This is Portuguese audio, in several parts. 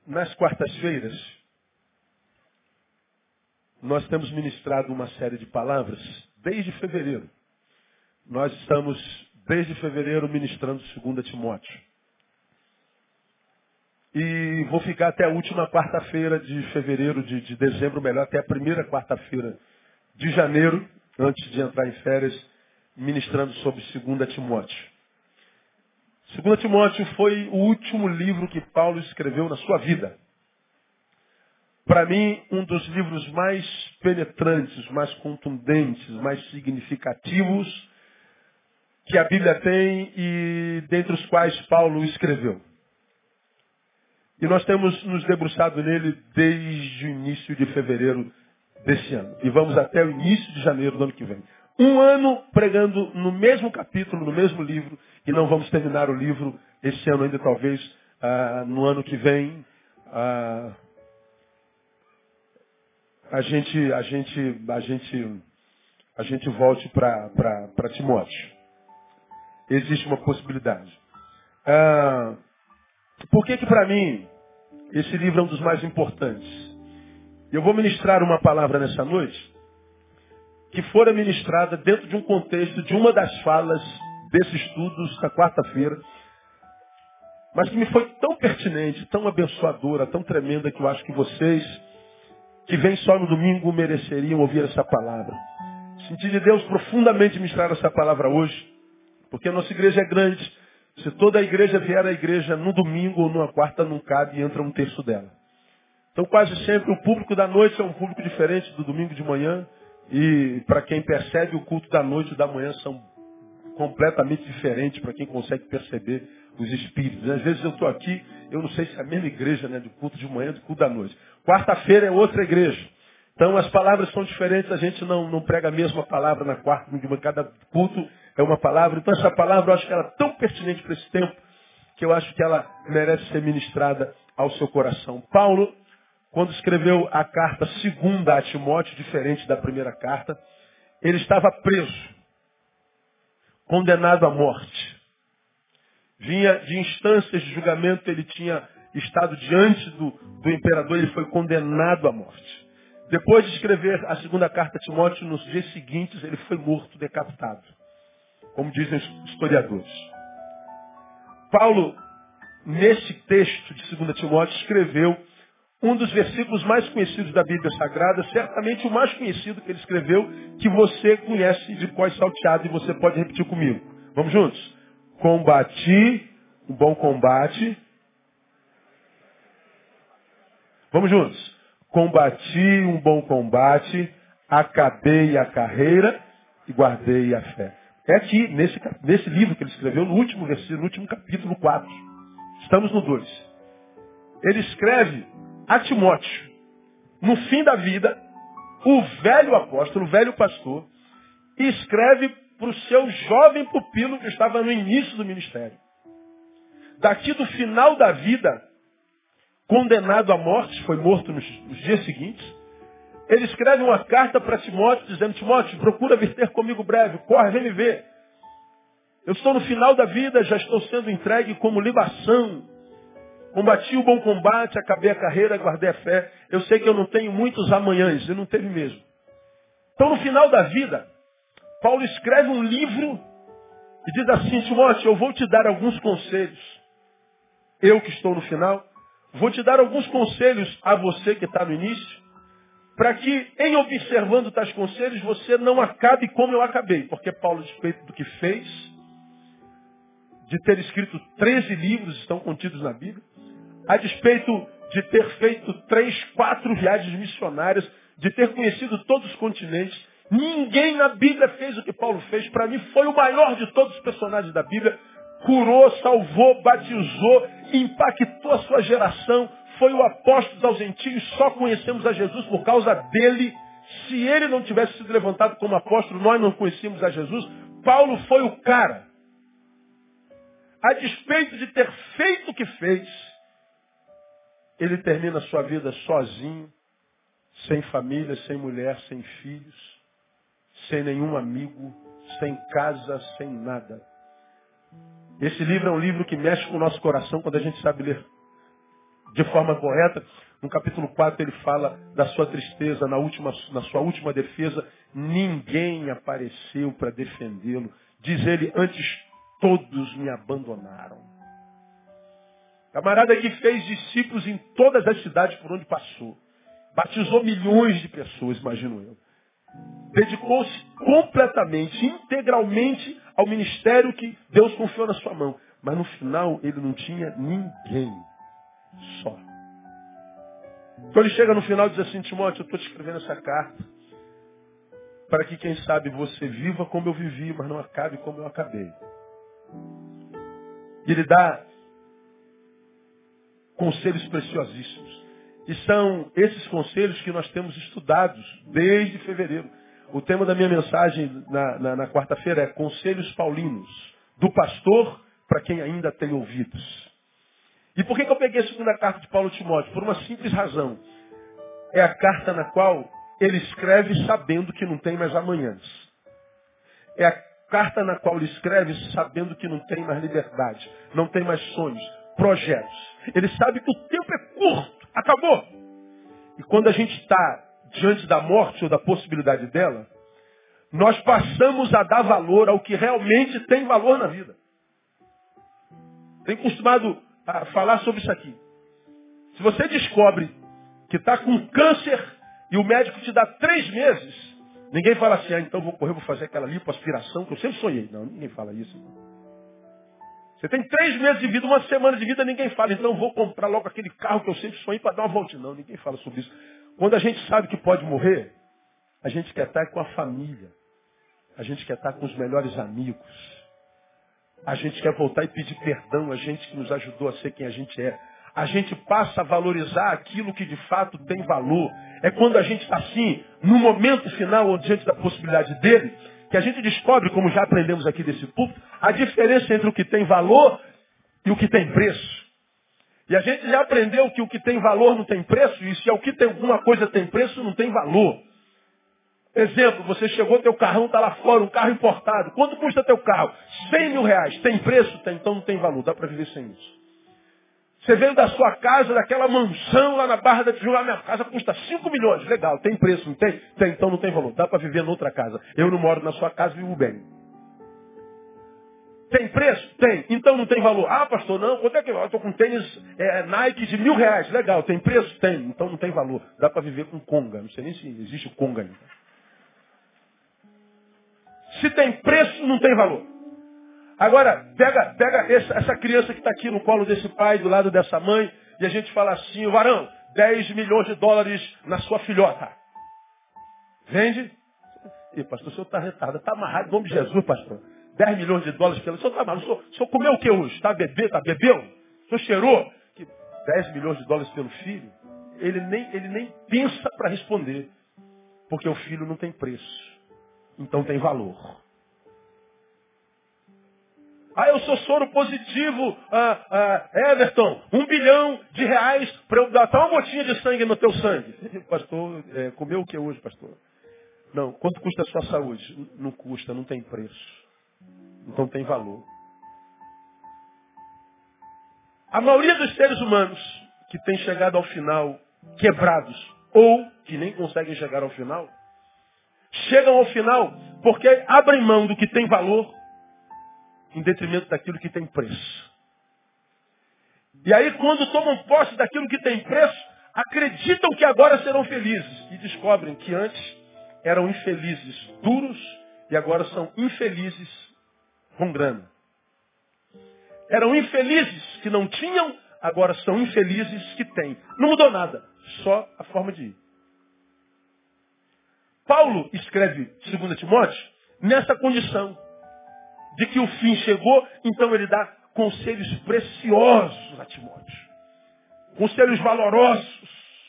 Nas quartas-feiras, nós temos ministrado uma série de palavras desde fevereiro. Nós estamos, desde fevereiro, ministrando 2 Timóteo. E vou ficar até a última quarta-feira de fevereiro, de dezembro, melhor, até a primeira quarta-feira de janeiro, antes de entrar em férias, ministrando sobre 2 Timóteo. 2 Timóteo foi o último livro que Paulo escreveu na sua vida. Para mim, um dos livros mais penetrantes, mais contundentes, mais significativos que a Bíblia tem e dentre os quais Paulo escreveu. E nós temos nos debruçado nele desde o início de fevereiro desse ano. E vamos até o início de janeiro do ano que vem. Um ano pregando no mesmo capítulo, no mesmo livro, e não vamos terminar o livro esse ano ainda, talvez no ano que vem. A gente volte para Timóteo. Existe uma possibilidade. Por que para mim esse livro é um dos mais importantes? Eu vou ministrar uma palavra nessa noite que fora ministrada dentro de um contexto de uma das falas desses estudos da quarta-feira, mas que me foi tão pertinente, tão abençoadora, tão tremenda, que eu acho que vocês que vêm só no domingo mereceriam ouvir essa palavra. Senti de Deus profundamente ministrar essa palavra hoje, porque a nossa igreja é grande. Se toda a igreja vier à igreja no domingo ou numa quarta, não cabe e entra um terço dela. Então quase sempre o público da noite é um público diferente do domingo de manhã. E para quem percebe, o culto da noite e da manhã são completamente diferentes para quem consegue perceber os espíritos. Às vezes eu estou aqui, eu não sei se é a mesma igreja, né, do culto de manhã e do culto da noite. Quarta-feira é outra igreja. Então as palavras são diferentes, a gente não prega a mesma palavra na quarta, de cada culto é uma palavra. Então essa palavra eu acho que ela é tão pertinente para esse tempo, que eu acho que ela merece ser ministrada ao seu coração. Paulo, quando escreveu a carta segunda a Timóteo, diferente da primeira carta, ele estava preso, condenado à morte. Vinha de instâncias de julgamento, ele tinha estado diante do imperador, ele foi condenado à morte. Depois de escrever a segunda carta a Timóteo, nos dias seguintes, ele foi morto, decapitado, como dizem os historiadores. Paulo, nesse texto de 2 Timóteo, escreveu um dos versículos mais conhecidos da Bíblia Sagrada, certamente o mais conhecido que ele escreveu, que você conhece de cós salteado e você pode repetir comigo. Vamos juntos? Combati um bom combate. Vamos juntos? Combati um bom combate, acabei a carreira e guardei a fé. É aqui, nesse livro que ele escreveu, no último versículo, no último capítulo 4. Estamos no 2. Ele escreve a Timóteo, no fim da vida, o velho apóstolo, o velho pastor, e escreve para o seu jovem pupilo que estava no início do ministério. Daqui do final da vida, condenado à morte, foi morto nos dias seguintes, ele escreve uma carta para Timóteo, dizendo: Timóteo, procura vir ter comigo breve, corre, vem me ver. Eu estou no final da vida, já estou sendo entregue como libação. Combati o bom combate, acabei a carreira, guardei a fé. Eu sei que eu não tenho muitos amanhãs, e não teve mesmo. Então, no final da vida, Paulo escreve um livro e diz assim: Timóteo, eu vou te dar alguns conselhos. Eu que estou no final, vou te dar alguns conselhos a você que está no início, para que, em observando tais conselhos, você não acabe como eu acabei. Porque Paulo, a despeito do que fez, de ter escrito 13 livros, estão contidos na Bíblia, a despeito de ter feito 3, 4 viagens missionárias, de ter conhecido todos os continentes, ninguém na Bíblia fez o que Paulo fez. Para mim, foi o maior de todos os personagens da Bíblia. Curou, salvou, batizou, impactou a sua geração. Foi o apóstolo aos gentios. Só conhecemos a Jesus por causa dele. Se ele não tivesse sido levantado como apóstolo, nós não conhecíamos a Jesus. Paulo foi o cara. A despeito de ter feito o que fez, ele termina a sua vida sozinho, sem família, sem mulher, sem filhos, sem nenhum amigo, sem casa, sem nada. Esse livro é um livro que mexe com o nosso coração quando a gente sabe ler de forma correta. No capítulo 4 ele fala da sua tristeza, na sua última defesa, ninguém apareceu para defendê-lo. Diz ele, antes todos me abandonaram. Camarada que fez discípulos em todas as cidades por onde passou. Batizou milhões de pessoas, imagino eu. Dedicou-se completamente, integralmente ao ministério que Deus confiou na sua mão. Mas no final ele não tinha ninguém. Só. Então ele chega no final e diz assim, Timóteo, eu estou te escrevendo essa carta para que, quem sabe, você viva como eu vivi, mas não acabe como eu acabei. E ele dá conselhos preciosíssimos. E são esses conselhos que nós temos estudados desde fevereiro. O tema da minha mensagem na quarta-feira é Conselhos Paulinos, do pastor para quem ainda tem ouvidos. E por que eu peguei a segunda carta de Paulo a Timóteo? Por uma simples razão. É a carta na qual ele escreve sabendo que não tem mais amanhãs. É a carta na qual ele escreve sabendo que não tem mais liberdade, não tem mais sonhos, projetos. Ele sabe que o tempo é curto, acabou. E quando a gente está diante da morte ou da possibilidade dela, nós passamos a dar valor ao que realmente tem valor na vida. Tenho costumado a falar sobre isso aqui. Se você descobre que está com câncer e o médico te dá 3 meses, ninguém fala assim, então vou correr, vou fazer aquela lipoaspiração que eu sempre sonhei. Não, ninguém fala isso. Você tem 3 meses de vida, 1 semana de vida, ninguém fala, então vou comprar logo aquele carro que eu sempre sonhei para dar uma volta. Não, ninguém fala sobre isso. Quando a gente sabe que pode morrer, a gente quer estar com a família. A gente quer estar com os melhores amigos. A gente quer voltar e pedir perdão a gente que nos ajudou a ser quem a gente é. A gente passa a valorizar aquilo que de fato tem valor. É quando a gente está assim, no momento final ou diante da possibilidade dele, que a gente descobre, como já aprendemos aqui desse púlpito, a diferença entre o que tem valor e o que tem preço. E a gente já aprendeu que o que tem valor não tem preço, e se é o que tem alguma coisa tem preço, não tem valor. Exemplo, você chegou, teu carrão está lá fora, um carro importado. Quanto custa teu carro? 100 mil reais. Tem preço? Tem, então não tem valor. Dá para viver sem isso. Você veio da sua casa, daquela mansão lá na Barra da Tijuca, minha casa custa 5 milhões. Legal, tem preço, não tem? Tem, então não tem valor. Dá para viver noutra casa. Eu não moro na sua casa e vivo bem. Tem preço? Tem. Então não tem valor. Ah, pastor, não. Quanto é que eu estou com tênis Nike de 1.000 reais? Legal, tem preço? Tem. Então não tem valor. Dá para viver com conga. Não sei nem se existe o conga ainda. Se tem preço, não tem valor. Agora, pega essa criança que está aqui no colo desse pai, do lado dessa mãe, e a gente fala assim, varão, 10 milhões de dólares na sua filhota. Vende? Ih, pastor, o senhor está retardado, está amarrado, em nome de Jesus, pastor. 10 milhões de dólares pela... O senhor está amarrado, o senhor comeu o que hoje? Está bebendo? Está bebeu? O senhor cheirou? 10 milhões de dólares pelo filho? Ele nem pensa para responder, porque o filho não tem preço. Então tem valor. Ah, eu sou soro positivo, Everton, 1 bilhão de reais para eu dar uma gotinha de sangue no teu sangue. Pastor, comeu o que hoje, pastor? Não, quanto custa a sua saúde? Não custa, não tem preço. Então tem valor. A maioria dos seres humanos que têm chegado ao final quebrados ou que nem conseguem chegar ao final, chegam ao final porque abrem mão do que tem valor em detrimento daquilo que tem preço. E aí, quando tomam posse daquilo que tem preço, acreditam que agora serão felizes. E descobrem que antes eram infelizes duros e agora são infelizes com grana. Eram infelizes que não tinham, agora são infelizes que têm. Não mudou nada, só a forma de ir. Paulo escreve 2 Timóteo nessa condição de que o fim chegou, então ele dá conselhos preciosos a Timóteo. Conselhos valorosos.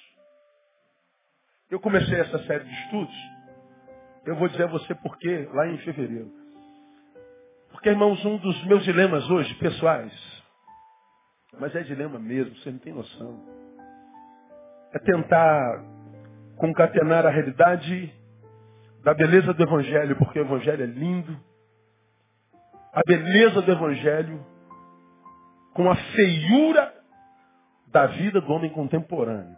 Eu comecei essa série de estudos, eu vou dizer a você por quê, lá em fevereiro. Porque, irmãos, um dos meus dilemas hoje, pessoais, mas é dilema mesmo, você não tem noção, é tentar concatenar a realidade da beleza do Evangelho, porque o Evangelho é lindo, a beleza do Evangelho com a feiura da vida do homem contemporâneo.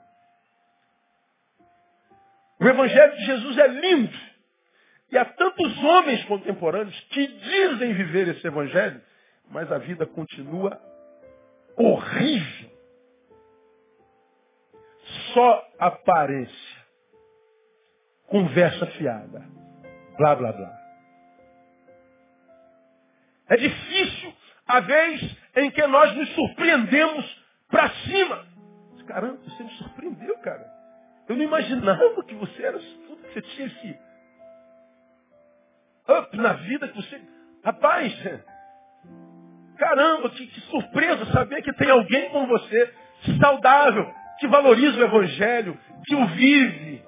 O Evangelho de Jesus é lindo. E há tantos homens contemporâneos que dizem viver esse Evangelho, mas a vida continua horrível. Só aparência. Conversa fiada. Blá, blá, blá. É difícil a vez em que nós nos surpreendemos para cima. Caramba, você me surpreendeu, cara. Eu não imaginava que você era tudo, que você tinha esse up na vida, que você... Rapaz, caramba, que surpresa saber que tem alguém como você, saudável, que valoriza o Evangelho, que o vive,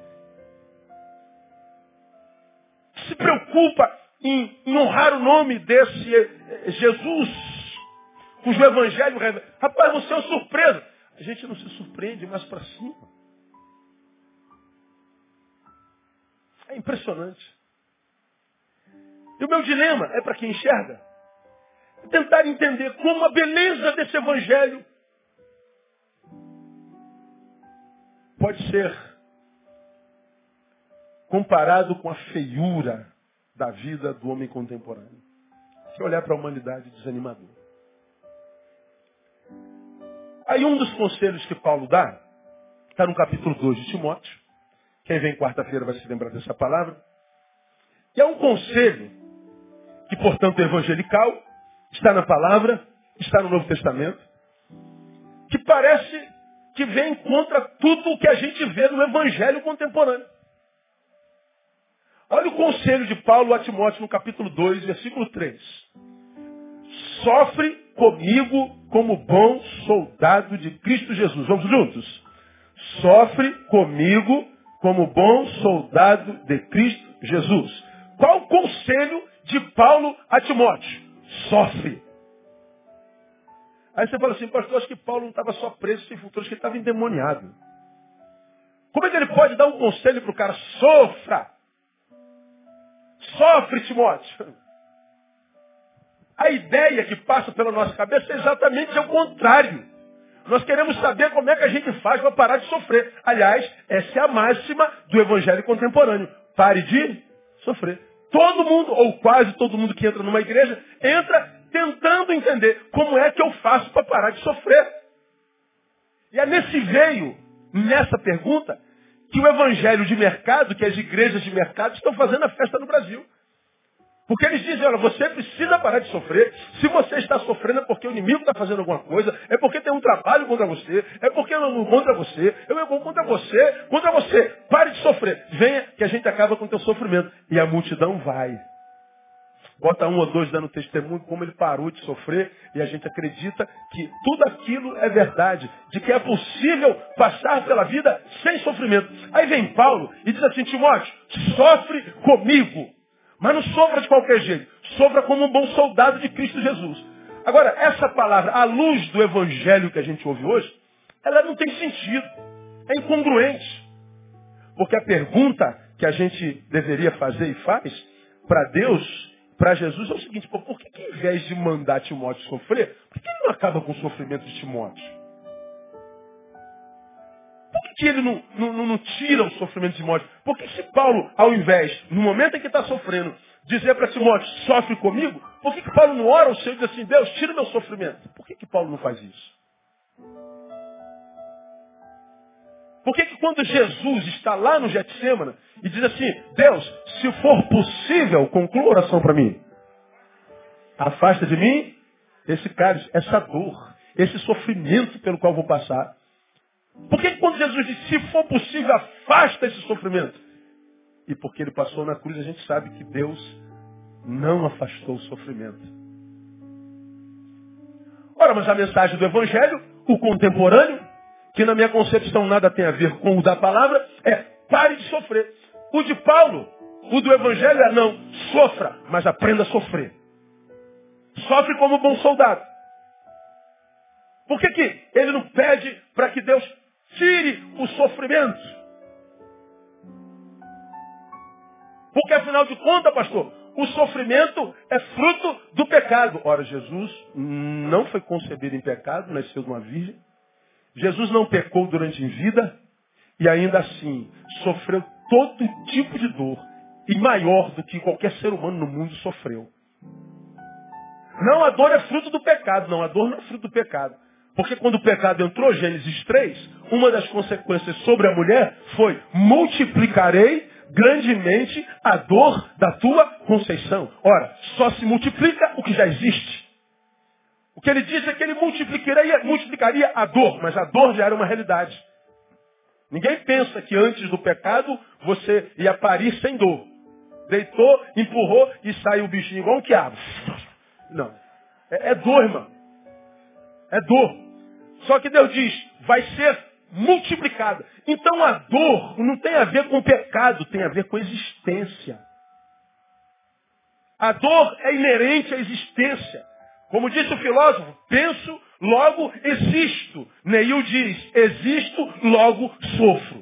que se preocupa em honrar o nome desse Jesus, cujo Evangelho revela. Rapaz, você é uma surpresa. A gente não se surpreende mais para cima. É impressionante. E o meu dilema é para quem enxerga. Tentar entender como a beleza desse Evangelho pode ser comparado com a feiura da vida do homem contemporâneo. Se olhar para a humanidade desanimador. Aí um dos conselhos que Paulo dá, está no capítulo 2 de Timóteo. Quem vem quarta-feira vai se lembrar dessa palavra. E é um conselho que, portanto, é evangelical, está na palavra, está no Novo Testamento, que parece que vem contra tudo o que a gente vê no evangelho contemporâneo. Olha o conselho de Paulo a Timóteo no capítulo 2, versículo 3. Sofre comigo como bom soldado de Cristo Jesus. Vamos juntos? Sofre comigo como bom soldado de Cristo Jesus. Qual o conselho de Paulo a Timóteo? Sofre. Aí você fala assim, pastor, acho que Paulo não estava só preso sem futuro, acho que ele estava endemoniado. Como é que ele pode dar um conselho para o cara? Sofra! Sofre, Timóteo! A ideia que passa pela nossa cabeça é exatamente o contrário. Nós queremos saber como é que a gente faz para parar de sofrer. Aliás, essa é a máxima do evangelho contemporâneo. Pare de sofrer. Todo mundo, ou quase todo mundo que entra numa igreja, entra tentando entender como é que eu faço para parar de sofrer. E é nesse veio, nessa pergunta, que o evangelho de mercado, que as igrejas de mercado estão fazendo a festa no Brasil. Porque eles dizem, olha, você precisa parar de sofrer. Se você está sofrendo é porque o inimigo está fazendo alguma coisa, é porque tem um trabalho contra você, é porque eu não contra você, eu vou contra você. Pare de sofrer. Venha que a gente acaba com o teu sofrimento. E a multidão vai. Bota um ou dois dando testemunho como ele parou de sofrer e a gente acredita que tudo aquilo é verdade, de que é possível passar pela vida sem sofrimento. Aí vem Paulo e diz assim, Timóteo, sofre comigo. Mas não sofra de qualquer jeito. Sofra como um bom soldado de Cristo Jesus. Agora, essa palavra, à luz do evangelho que a gente ouve hoje, ela não tem sentido. É incongruente. Porque a pergunta que a gente deveria fazer e faz para Deus, para Jesus, é o seguinte, por que em vez de mandar Timóteo sofrer, por que ele não acaba com o sofrimento de Timóteo? Por que ele não tira o sofrimento de Timóteo? Porque se Paulo, ao invés, no momento em que está sofrendo, dizer para Timóteo, sofre comigo, por que Paulo não ora ao Senhor e diz assim, Deus, tira o meu sofrimento? Por que Paulo não faz isso? Por que quando Jesus está lá no Getsêmani e diz assim, Deus, se for possível, conclua a oração para mim. Afasta de mim esse cálice, essa dor, esse sofrimento pelo qual vou passar. Por que quando Jesus diz, se for possível, afasta esse sofrimento? E porque ele passou na cruz, a gente sabe que Deus não afastou o sofrimento. Ora, mas a mensagem do Evangelho, o contemporâneo, que na minha concepção nada tem a ver com o da palavra, é pare de sofrer. O de Paulo, o do Evangelho é não, sofra, mas aprenda a sofrer. Sofre como bom soldado. Por que ele não pede para que Deus tire o sofrimento? Porque afinal de contas, pastor, o sofrimento é fruto do pecado. Ora, Jesus não foi concebido em pecado, nasceu de uma virgem. Jesus não pecou durante a vida e ainda assim sofreu todo tipo de dor e maior do que qualquer ser humano no mundo sofreu. Não, a dor é fruto do pecado. Não, a dor não é fruto do pecado. Porque quando o pecado entrou, Gênesis 3, uma das consequências sobre a mulher foi: multiplicarei grandemente a dor da tua conceição. Ora, só se multiplica o que já existe. O que ele disse é que ele multiplicaria a dor, mas a dor já era uma realidade. Ninguém pensa que antes do pecado você ia parir sem dor. Deitou, empurrou e saiu o bichinho igual um quiabo. Não. É dor, irmão. É dor. Só que Deus diz, vai ser multiplicada. Então a dor não tem a ver com o pecado, tem a ver com a existência. A dor é inerente à existência. Como disse o filósofo, penso, logo existo. Neil diz, existo, logo sofro.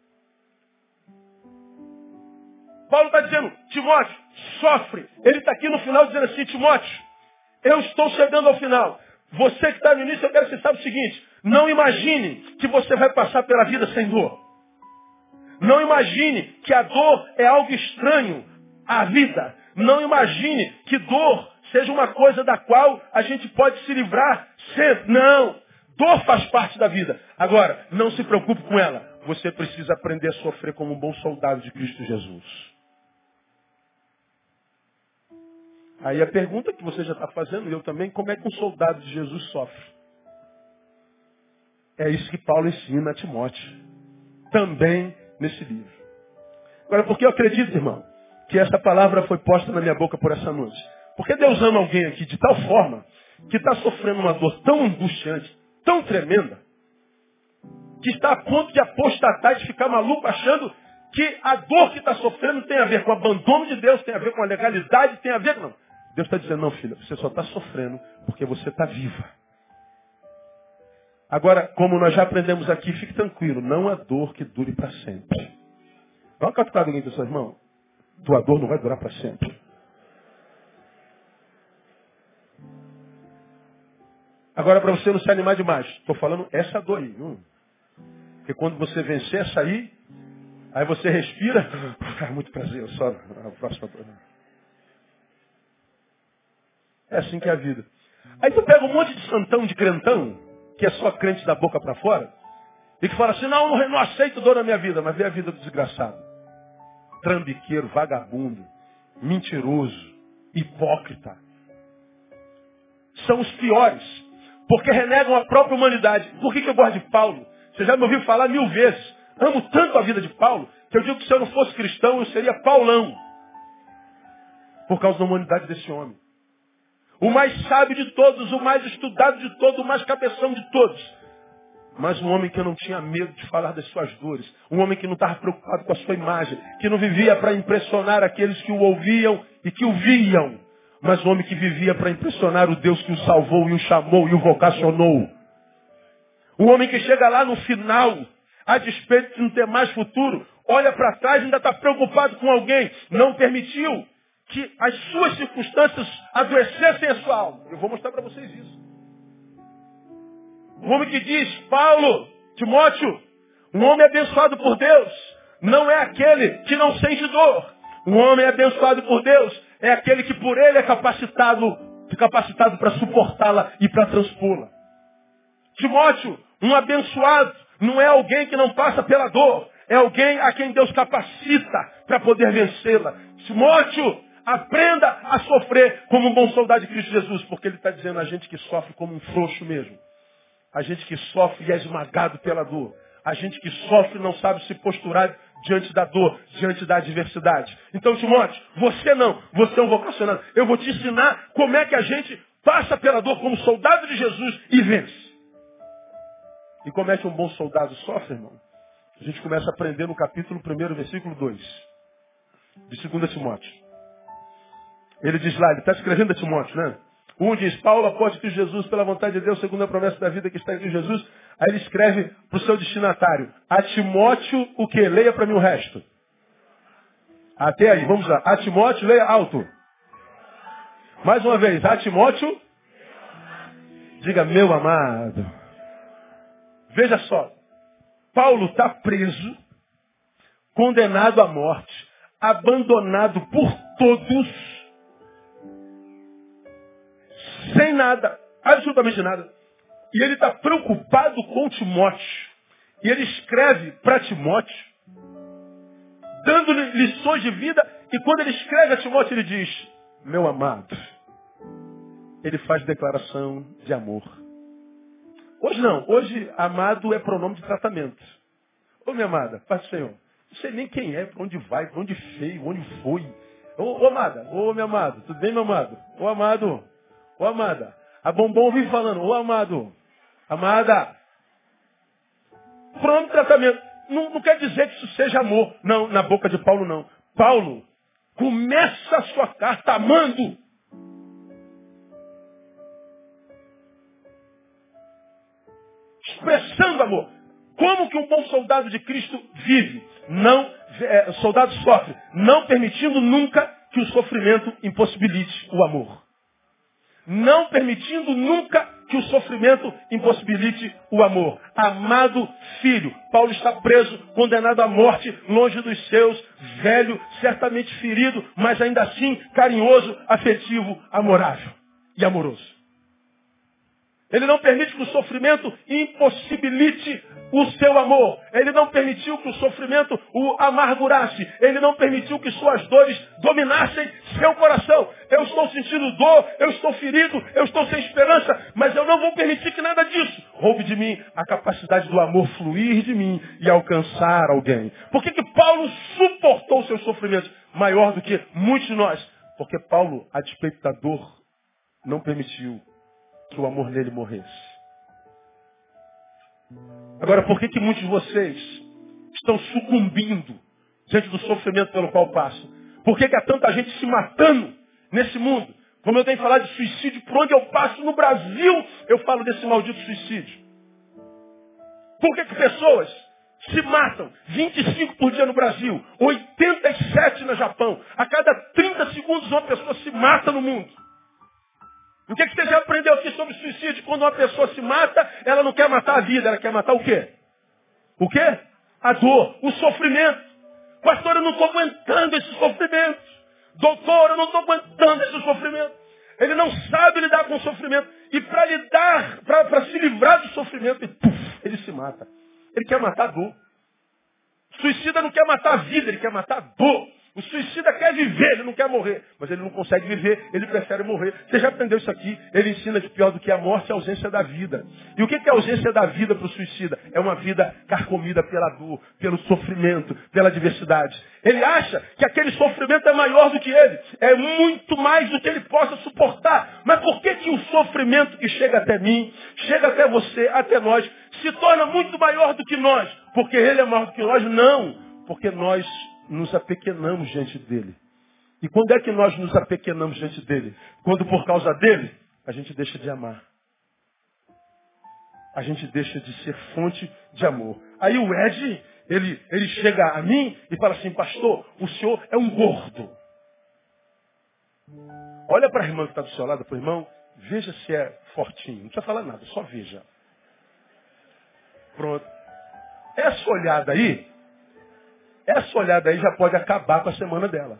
Paulo está dizendo, Timóteo, sofre. Ele está aqui no final dizendo assim, Timóteo, eu estou chegando ao final. Você que está no início, eu quero que você saiba o seguinte, não imagine que você vai passar pela vida sem dor. Não imagine que a dor é algo estranho à vida. Não imagine que dor seja uma coisa da qual a gente pode se livrar sempre. Não. Dor faz parte da vida. Agora, não se preocupe com ela. Você precisa aprender a sofrer como um bom soldado de Cristo Jesus. Aí a pergunta que você já está fazendo, e eu também, como é que um soldado de Jesus sofre? É isso que Paulo ensina a Timóteo. Também nesse livro. Agora, por que eu acredito, irmão, que essa palavra foi posta na minha boca por essa noite? Porque Deus ama alguém aqui de tal forma que está sofrendo uma dor tão angustiante, tão tremenda, que está a ponto de apostatar, de ficar maluco, achando que a dor que está sofrendo tem a ver com o abandono de Deus, tem a ver com a legalidade, tem a ver... Não. Deus está dizendo, não, filha, você só está sofrendo porque você está viva. Agora, como nós já aprendemos aqui, fique tranquilo, não há dor que dure para sempre. Dá uma catucada alguém do seu irmão. Tua dor não vai durar para sempre. Agora, para você não se animar demais, estou falando essa dor aí. Porque quando você vencer essa aí você respira, muito prazer, só a próxima dor. É assim que é a vida. Aí tu pega um monte de santão, de crentão, que é só crente da boca para fora, e que fala assim, não aceito dor na minha vida, mas vê a vida do desgraçado. Trambiqueiro, vagabundo, mentiroso, hipócrita. São os piores, porque renegam a própria humanidade. Por que eu gosto de Paulo? Você já me ouviu falar 1000 vezes. Amo tanto a vida de Paulo, que eu digo que se eu não fosse cristão, eu seria Paulão. Por causa da humanidade desse homem. O mais sábio de todos, o mais estudado de todos, o mais cabeção de todos. Mas um homem que não tinha medo de falar das suas dores. Um homem que não estava preocupado com a sua imagem. Que não vivia para impressionar aqueles que o ouviam e que o viam. Mas um homem que vivia para impressionar o Deus que o salvou e o chamou e o vocacionou. Um homem que chega lá no final, a despeito de não ter mais futuro, olha para trás e ainda está preocupado com alguém. Não permitiu que as suas circunstâncias adoecessem a sua alma. Eu vou mostrar para vocês isso. Um homem que diz, Paulo, Timóteo, um homem abençoado por Deus não é aquele que não sente dor. Um homem abençoado por Deus é aquele que por ele é capacitado para suportá-la e para transpô-la. Timóteo, um abençoado não é alguém que não passa pela dor. É alguém a quem Deus capacita para poder vencê-la. Timóteo, aprenda a sofrer como um bom soldado de Cristo Jesus. Porque ele está dizendo a gente que sofre como um frouxo mesmo. A gente que sofre e é esmagado pela dor. A gente que sofre e não sabe se posturar diante da dor, diante da adversidade. Então, Timóteo, você não. Você é um vocacionado. Eu vou te ensinar como é que a gente passa pela dor como soldado de Jesus e vence. E como é que um bom soldado sofre, irmão? A gente começa a aprender no capítulo 1, versículo 2. De 2 Timóteo. Ele diz lá, ele está escrevendo a Timóteo, né? Um diz, Paulo, apóstolo de Cristo Jesus, pela vontade de Deus, segundo a promessa da vida que está em Cristo Jesus. Aí ele escreve para o seu destinatário. A Timóteo, o quê? Leia para mim o resto. Até aí, vamos lá. A Timóteo, leia alto. Mais uma vez. A Timóteo, diga, meu amado. Veja só, Paulo está preso, condenado à morte, abandonado por todos, sem nada, absolutamente nada. E ele está preocupado com Timóteo. E ele escreve para Timóteo, dando-lhe lições de vida. E quando ele escreve a Timóteo, ele diz, meu amado, ele faz declaração de amor. Hoje não, hoje amado é pronome de tratamento. Ô minha amada, paz do Senhor, não sei nem quem é, para onde vai, para onde veio, onde foi. Ô amada, ô meu amado, tudo bem meu amado? Ô amado, ô amada. A Bombom vive falando, ô amado, amada. Pronome de tratamento. Não quer dizer que isso seja amor. Não, na boca de Paulo não. Paulo começa a sua carta amando. Expressando amor. Como que um bom soldado de Cristo vive? Soldado sofre, não permitindo nunca que o sofrimento impossibilite o amor. Não permitindo nunca que o sofrimento impossibilite o amor. Amado filho, Paulo está preso, condenado à morte, longe dos seus, velho, certamente ferido, mas ainda assim carinhoso, afetivo, amorável e amoroso. Ele não permite que o sofrimento impossibilite o seu amor. Ele não permitiu que o sofrimento o amargurasse. Ele não permitiu que suas dores dominassem seu coração. Eu estou sentindo dor, eu estou ferido, eu estou sem esperança, mas eu não vou permitir que nada disso roube de mim a capacidade do amor fluir de mim e alcançar alguém. Por que Paulo suportou seus sofrimentos maior do que muitos de nós? Porque Paulo, a despeito da dor, não permitiu que o amor nele morresse. Agora, por que muitos de vocês estão sucumbindo diante do sofrimento pelo qual passam? Por que há tanta gente se matando nesse mundo? Como eu tenho falado de suicídio, por onde eu passo no Brasil, eu falo desse maldito suicídio. Por que pessoas se matam? 25 por dia no Brasil, 87 no Japão. A cada 30 segundos uma pessoa se mata no mundo. O que você já aprendeu aqui sobre suicídio? Quando uma pessoa se mata, ela não quer matar a vida, ela quer matar o quê? O quê? A dor, o sofrimento. Pastor, eu não estou aguentando esse sofrimento. Doutor, eu não estou aguentando esse sofrimento. Ele não sabe lidar com o sofrimento. E para se livrar do sofrimento, ele se mata. Ele quer matar a dor. O suicida não quer matar a vida, ele quer matar a dor. O suicida quer viver, ele não quer morrer. Mas ele não consegue viver, ele prefere morrer. Você já aprendeu isso aqui? Ele ensina que pior do que a morte é a ausência da vida. E o que é a ausência da vida para o suicida? É uma vida carcomida pela dor, pelo sofrimento, pela adversidade. Ele acha que aquele sofrimento é maior do que ele. É muito mais do que ele possa suportar. Mas por que o sofrimento que chega até mim, chega até você, até nós, se torna muito maior do que nós? Porque ele é maior do que nós? Não. Porque nós nos apequenamos diante dele. E quando é que nós nos apequenamos diante dele? Quando por causa dele, a gente deixa de amar. A gente deixa de ser fonte de amor. Aí o Ed, ele chega a mim e fala assim, pastor, o senhor é um gordo. Olha para a irmã que está do seu lado, para o irmão, veja se é fortinho. Não precisa falar nada, só veja. Pronto. Essa olhada aí já pode acabar com a semana dela.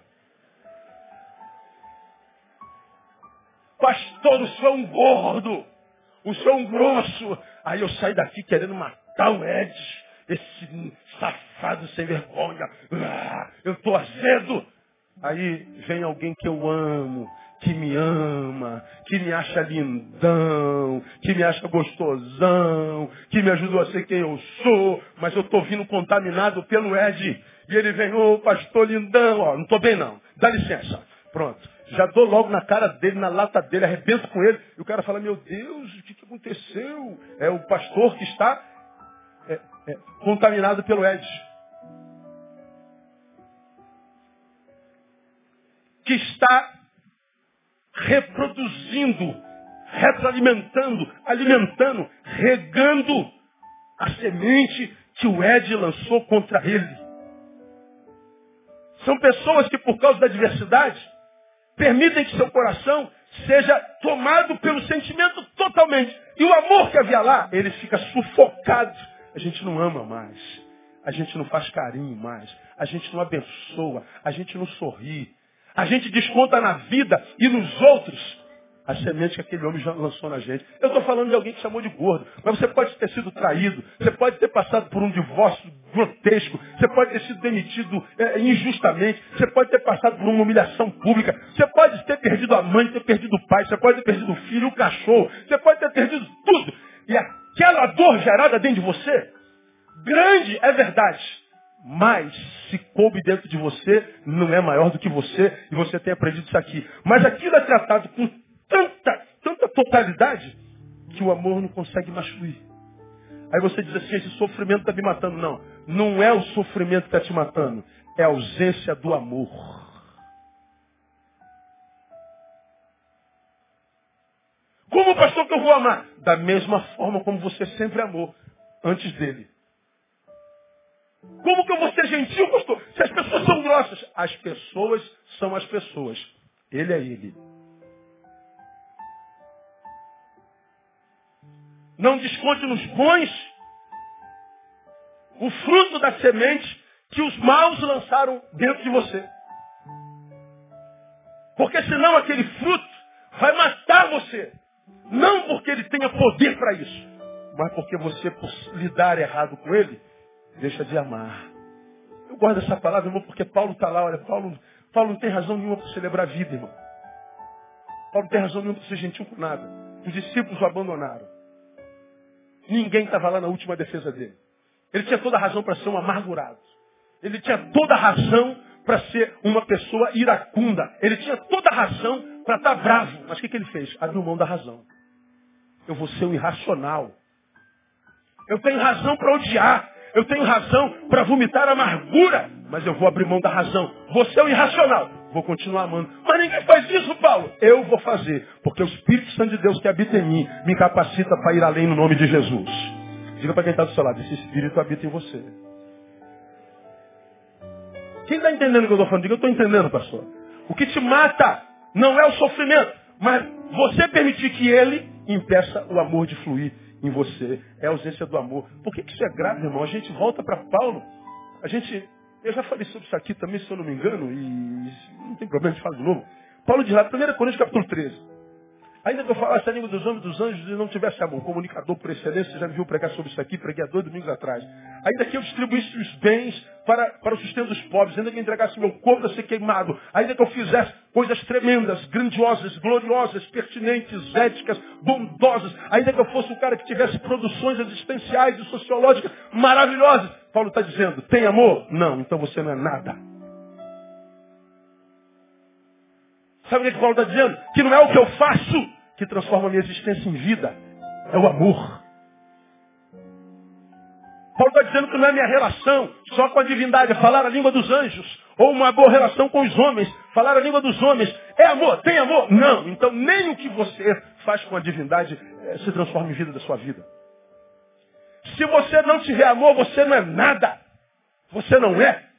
Pastor, o senhor é um gordo. O senhor é um grosso. Aí eu saio daqui querendo matar o Ed. Esse safado sem vergonha. Eu estou azedo. Aí vem alguém que eu amo, que me ama, que me acha lindão, que me acha gostosão, que me ajudou a ser quem eu sou, mas eu estou vindo contaminado pelo Ed. E ele vem, ô pastor lindão, ó, não estou bem não, dá licença. Pronto, já dou logo na cara dele, na lata dele, arrebento com ele. E o cara fala, meu Deus, o que aconteceu? É o pastor que está contaminado pelo Ed. Que está reproduzindo, retroalimentando, alimentando, regando a semente que o Ed lançou contra ele. São pessoas que por causa da adversidade permitem que seu coração seja tomado pelo sentimento totalmente. E o amor que havia lá, ele fica sufocado. A gente não ama mais. A gente não faz carinho mais. A gente não abençoa. A gente não sorri. A gente desconta na vida e nos outros a semente que aquele homem já lançou na gente. Eu estou falando de alguém que chamou de gordo. Mas você pode ter sido traído. Você pode ter passado por um divórcio grotesco. Você pode ter sido demitido injustamente. Você pode ter passado por uma humilhação pública. Você pode ter perdido a mãe, ter perdido o pai. Você pode ter perdido o filho, o cachorro. Você pode ter perdido tudo. E aquela dor gerada dentro de você, grande é verdade. Mas se coube dentro de você, não é maior do que você. E você tem aprendido isso aqui. Mas aquilo é tratado com tanta totalidade que o amor não consegue mais fluir. Aí você diz assim, esse sofrimento está me matando. Não, não é o sofrimento que está te matando. É a ausência do amor. Como, pastor, que eu vou amar? Da mesma forma como você sempre amou antes dele. Como que eu vou ser gentil, pastor? Se as pessoas são grossas. As pessoas são as pessoas. Ele é ele. Não desconte nos bons o fruto da semente que os maus lançaram dentro de você. Porque senão aquele fruto vai matar você. Não porque ele tenha poder para isso, mas porque você, por lidar errado com ele, deixa de amar. Eu guardo essa palavra, irmão, porque Paulo está lá. Olha, Paulo não tem razão nenhuma para celebrar a vida, irmão. Paulo não tem razão nenhuma para ser gentil com nada. Os discípulos o abandonaram. Ninguém estava lá na última defesa dele. Ele tinha toda a razão para ser um amargurado. Ele tinha toda a razão para ser uma pessoa iracunda. Ele tinha toda a razão para estar bravo. Mas o que ele fez? Abriu mão da razão. Eu vou ser um irracional. Eu tenho razão para odiar. Eu tenho razão para vomitar amargura. Mas eu vou abrir mão da razão. Vou ser um irracional. Vou continuar amando. Mas ninguém faz isso, Paulo. Eu vou fazer. Porque o Espírito Santo de Deus que habita em mim me capacita para ir além no nome de Jesus. Diga para quem está do seu lado. Esse Espírito habita em você. Quem está entendendo o que eu estou falando? Diga, eu estou entendendo, pastor. O que te mata não é o sofrimento. Mas você permitir que ele impeça o amor de fluir em você. É a ausência do amor. Por que isso é grave, irmão? A gente volta para Paulo. Eu já falei sobre isso aqui também, se eu não me engano, e não tem problema de falar de novo. Paulo diz lá, 1 Coríntios capítulo 13. Ainda que eu falasse a língua dos homens e dos anjos e não tivesse amor, comunicador por excelência, você já me viu pregar sobre isso aqui, preguei há 2 domingos atrás. Ainda que eu distribuísse os bens para o sustento dos pobres, ainda que eu entregasse meu corpo a ser queimado, ainda que eu fizesse coisas tremendas, grandiosas, gloriosas, pertinentes, éticas, bondosas, ainda que eu fosse um cara que tivesse produções existenciais e sociológicas maravilhosas, Paulo está dizendo, tem amor? Não, então você não é nada. Sabe o que Paulo está dizendo? Que não é o que eu faço que transforma a minha existência em vida. É o amor. Paulo está dizendo que não é a minha relação só com a divindade, é falar a língua dos anjos. Ou uma boa relação com os homens, falar a língua dos homens. É amor? Tem amor? Não. Então nem o que você faz com a divindade se transforma em vida da sua vida. Se você não tiver amor, você não é nada. Você não é.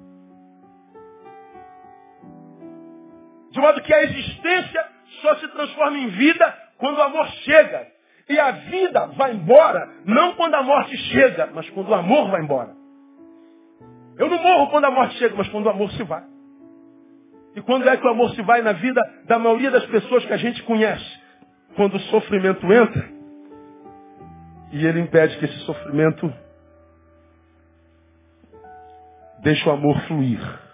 De modo que a existência só se transforma em vida quando o amor chega. E a vida vai embora, não quando a morte chega, mas quando o amor vai embora. Eu não morro quando a morte chega, mas quando o amor se vai. E quando é que o amor se vai na vida da maioria das pessoas que a gente conhece? Quando o sofrimento entra e ele impede que esse sofrimento deixe o amor fluir.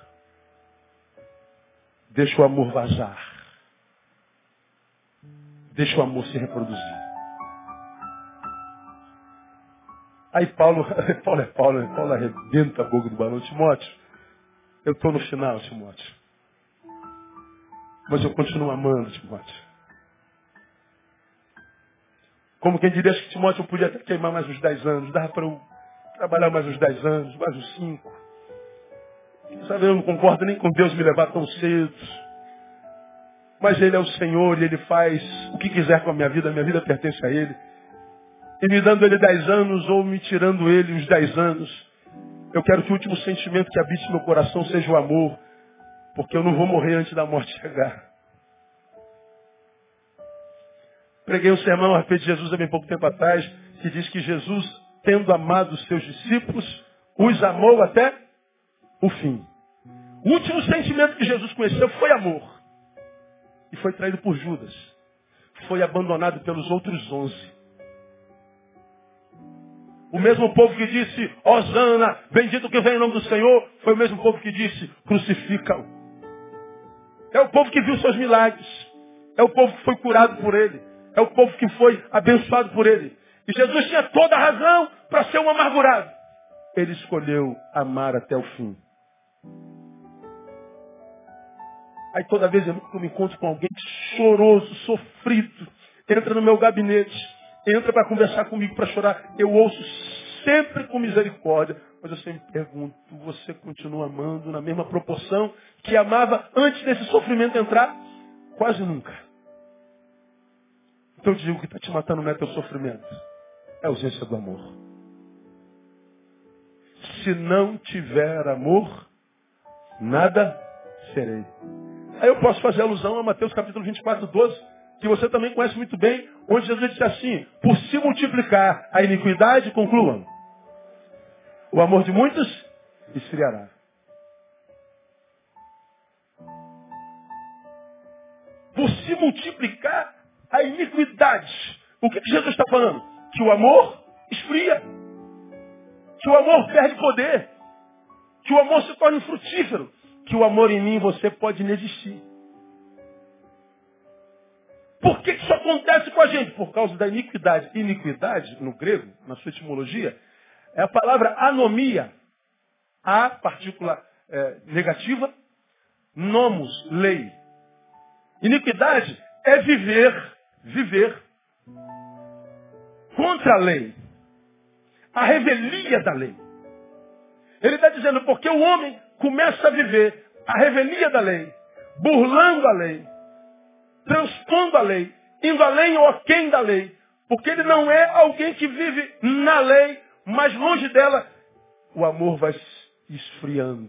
Deixa o amor vazar. Deixa o amor se reproduzir. Aí Paulo arrebenta a boca do balão. Timóteo, eu estou no final, Timóteo. Mas eu continuo amando, Timóteo. Como quem diria que Timóteo podia até queimar mais uns 10 anos. Dava para eu trabalhar mais uns 10 anos, mais uns 5. Sabe, eu não concordo nem com Deus me levar tão cedo. Mas Ele é o Senhor e Ele faz o que quiser com a minha vida pertence a Ele. E me dando Ele 10 anos ou me tirando Ele uns 10 anos, eu quero que o último sentimento que habite no meu coração seja o amor. Porque eu não vou morrer antes da morte chegar. Preguei um sermão a respeito de Jesus há bem pouco tempo atrás, que diz que Jesus, tendo amado os seus discípulos, os amou até o fim. O último sentimento que Jesus conheceu foi amor. E foi traído por Judas. Foi abandonado pelos outros 11. O mesmo povo que disse, Hosana, bendito que vem em nome do Senhor, foi o mesmo povo que disse, crucifica-o. É o povo que viu seus milagres. É o povo que foi curado por ele. É o povo que foi abençoado por ele. E Jesus tinha toda a razão para ser um amargurado. Ele escolheu amar até o fim. Aí toda vez eu me encontro com alguém choroso, sofrido, entra no meu gabinete, entra para conversar comigo, para chorar, eu ouço sempre com misericórdia, mas eu sempre pergunto, você continua amando na mesma proporção que amava antes desse sofrimento entrar? Quase nunca. Então eu digo, o que está te matando não é teu sofrimento, é a ausência do amor. Se não tiver amor, nada serei. Aí eu posso fazer alusão a Mateus capítulo 24, 12, que você também conhece muito bem, onde Jesus disse assim, por se multiplicar a iniquidade, concluam, o amor de muitos esfriará. Por se multiplicar a iniquidade. O que Jesus está falando? Que o amor esfria. Que o amor perde poder. Que o amor se torna infrutífero. Que o amor em mim e você pode inexistir. Por que isso acontece com a gente? Por causa da iniquidade. Iniquidade, no grego, na sua etimologia, é a palavra anomia. A, partícula negativa, nomos, lei. Iniquidade é viver contra a lei. A revelia da lei. Ele está dizendo, porque o homem começa a viver a revelia da lei, burlando a lei, transpondo a lei, indo além ou aquém da lei, porque ele não é alguém que vive na lei, mas longe dela, o amor vai esfriando.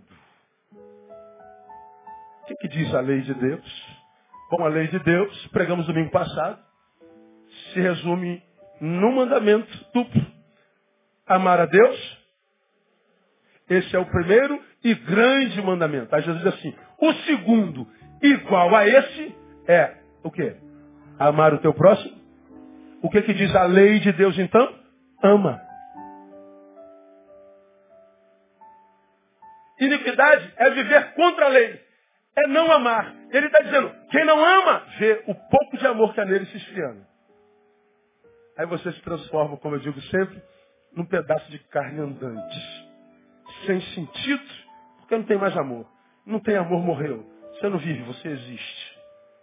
O que diz a lei de Deus? Bom, a lei de Deus, pregamos domingo passado, se resume num mandamento duplo. Amar a Deus, esse é o primeiro e grande mandamento. Aí Jesus diz assim, o segundo, igual a esse, é o quê? Amar o teu próximo. O que diz a lei de Deus então? Ama. Iniquidade é viver contra a lei. É não amar. Ele está dizendo, quem não ama, vê o pouco de amor que há nele se esfriando. Aí você se transforma, como eu digo sempre, num pedaço de carne andante. Sem sentido, porque não tem mais amor. Não tem amor, morreu. Você não vive, você existe.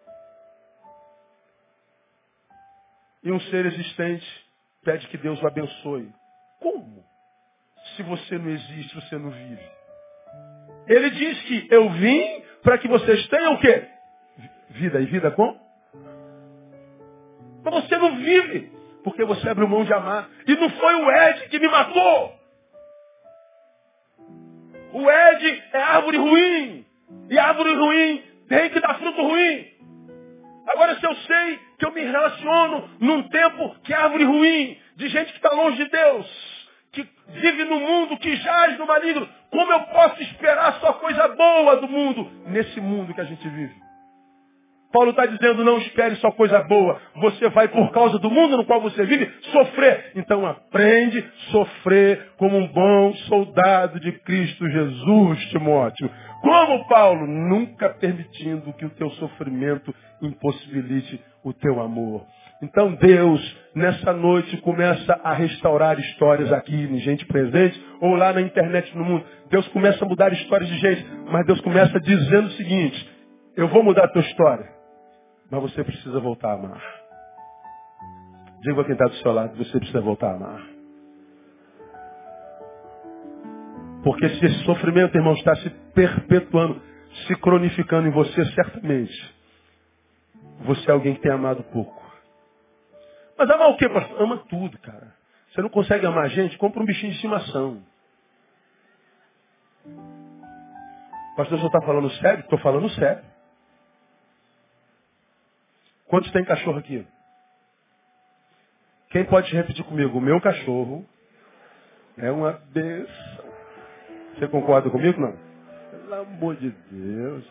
E um ser existente pede que Deus o abençoe. Como? Se você não existe, você não vive. Ele diz que eu vim para que vocês tenham o quê? Vida. E vida com? Mas você não vive, porque você abriu mão de amar. E não foi o Ed que me matou. O Ed é árvore ruim. E árvore ruim tem que dar fruto ruim. Agora, se eu sei que eu me relaciono num tempo que é árvore ruim, de gente que está longe de Deus, que vive no mundo, que jaz no maligno, como eu posso esperar só coisa boa do mundo, nesse mundo que a gente vive? Paulo está dizendo, não espere só coisa boa. Você vai, por causa do mundo no qual você vive, sofrer. Então aprende a sofrer como um bom soldado de Cristo Jesus, Timóteo. Como Paulo, nunca permitindo que o teu sofrimento impossibilite o teu amor. Então Deus, nessa noite, começa a restaurar histórias aqui, em gente presente, ou lá na internet no mundo. Deus começa a mudar histórias de gente, mas Deus começa dizendo o seguinte, eu vou mudar a tua história. Mas você precisa voltar a amar. Diga a quem está do seu lado, você precisa voltar a amar. Porque se esse sofrimento, irmão, está se perpetuando, se cronificando em você, certamente, você é alguém que tem amado pouco. Mas amar o quê, pastor? Ama tudo, cara. Você não consegue amar a gente? Compra um bichinho de estimação. Pastor, o senhor está falando sério? Estou falando sério. Quantos tem cachorro aqui? Quem pode repetir comigo? O meu cachorro é uma bênção. Você concorda comigo? Não? Pelo amor de Deus.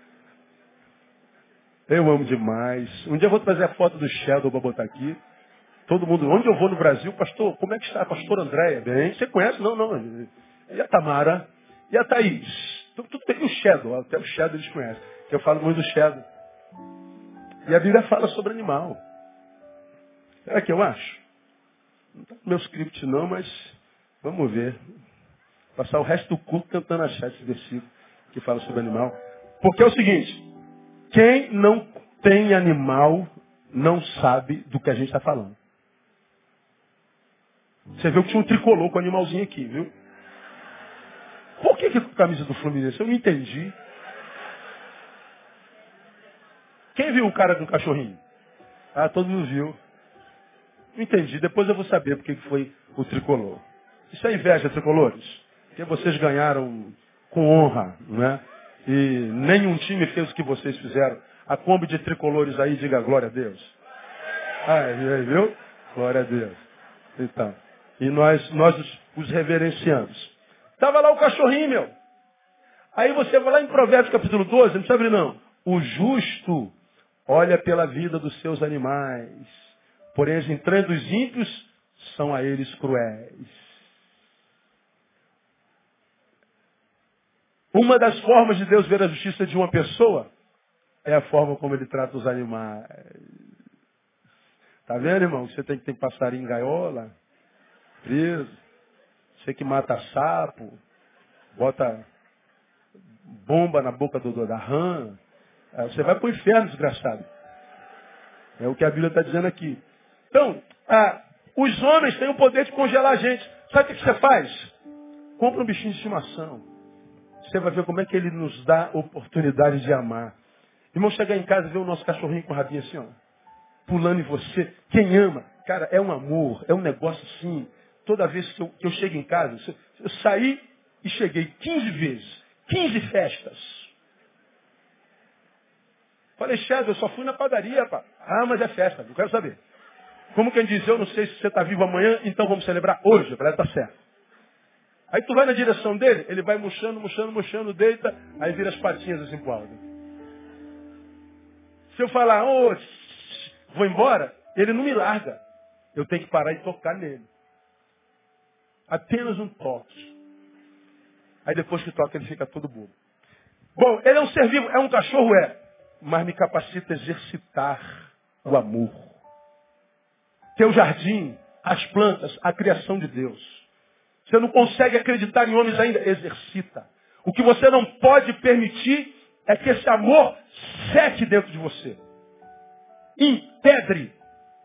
Eu amo demais. Um dia eu vou trazer a foto do Shadow para botar aqui. Todo mundo, onde eu vou no Brasil, pastor, como é que está a pastora Andréia? Bem, você conhece? Não, não. E a Tamara? E a Thaís? Tudo tem o Shadow, até o Shadow eles conhecem. Eu falo muito do Shadow. E a Bíblia fala sobre animal. Será que eu acho? Não está no meu script não, mas vamos ver. Passar o resto do culto tentando achar esse versículo que fala sobre animal. Porque é o seguinte, quem não tem animal não sabe do que a gente está falando. Você viu que tinha um tricolor com um animalzinho aqui, viu? Por que com a camisa do Fluminense? Eu não entendi. Quem viu o cara com o cachorrinho? Ah, todo mundo viu. Não entendi. Depois eu vou saber por que foi o tricolor. Isso é inveja, tricolores? Porque vocês ganharam com honra, né? E nenhum time fez o que vocês fizeram. A Kombi de tricolores aí, diga glória a Deus. Ah, viu? Glória a Deus. Então, e nós os reverenciamos. Estava lá o cachorrinho, meu. Aí você vai lá em Provérbios capítulo 12, não sabe não. O justo olha pela vida dos seus animais, porém as entranhas dos ímpios são a eles cruéis. Uma das formas de Deus ver a justiça de uma pessoa é a forma como ele trata os animais. Tá vendo, irmão? Você tem que ter passarinho em gaiola, preso. Você que mata sapo, bota bomba na boca da rã. Você vai para o inferno, desgraçado. É o que a Bíblia está dizendo aqui. Então, os homens têm o poder de congelar a gente. Sabe o que você faz? Compra um bichinho de estimação. Você vai ver como é que ele nos dá oportunidade de amar. Irmão, chegar em casa e ver o nosso cachorrinho com o rabinho assim, ó, pulando em você. Quem ama, cara, é um amor, é um negócio assim. Toda vez que eu chego em casa, eu saí e cheguei 15 vezes, 15 festas. Falei, Shadow, eu só fui na padaria, pá. Ah, mas é festa, não quero saber. Como quem diz, eu não sei se você está vivo amanhã, então vamos celebrar hoje. Eu falei, tá certo. Aí tu vai na direção dele, ele vai murchando, deita, aí vira as patinhas assim pro alto. Se eu falar, vou embora, ele não me larga. Eu tenho que parar e tocar nele. Apenas um toque. Aí depois que toca, ele fica todo bobo. Bom, ele é um ser vivo, é um cachorro, mas me capacita a exercitar o amor. Que é o jardim, as plantas, a criação de Deus. Você não consegue acreditar em homens ainda? Exercita. O que você não pode permitir é que esse amor seque dentro de você. Empedre.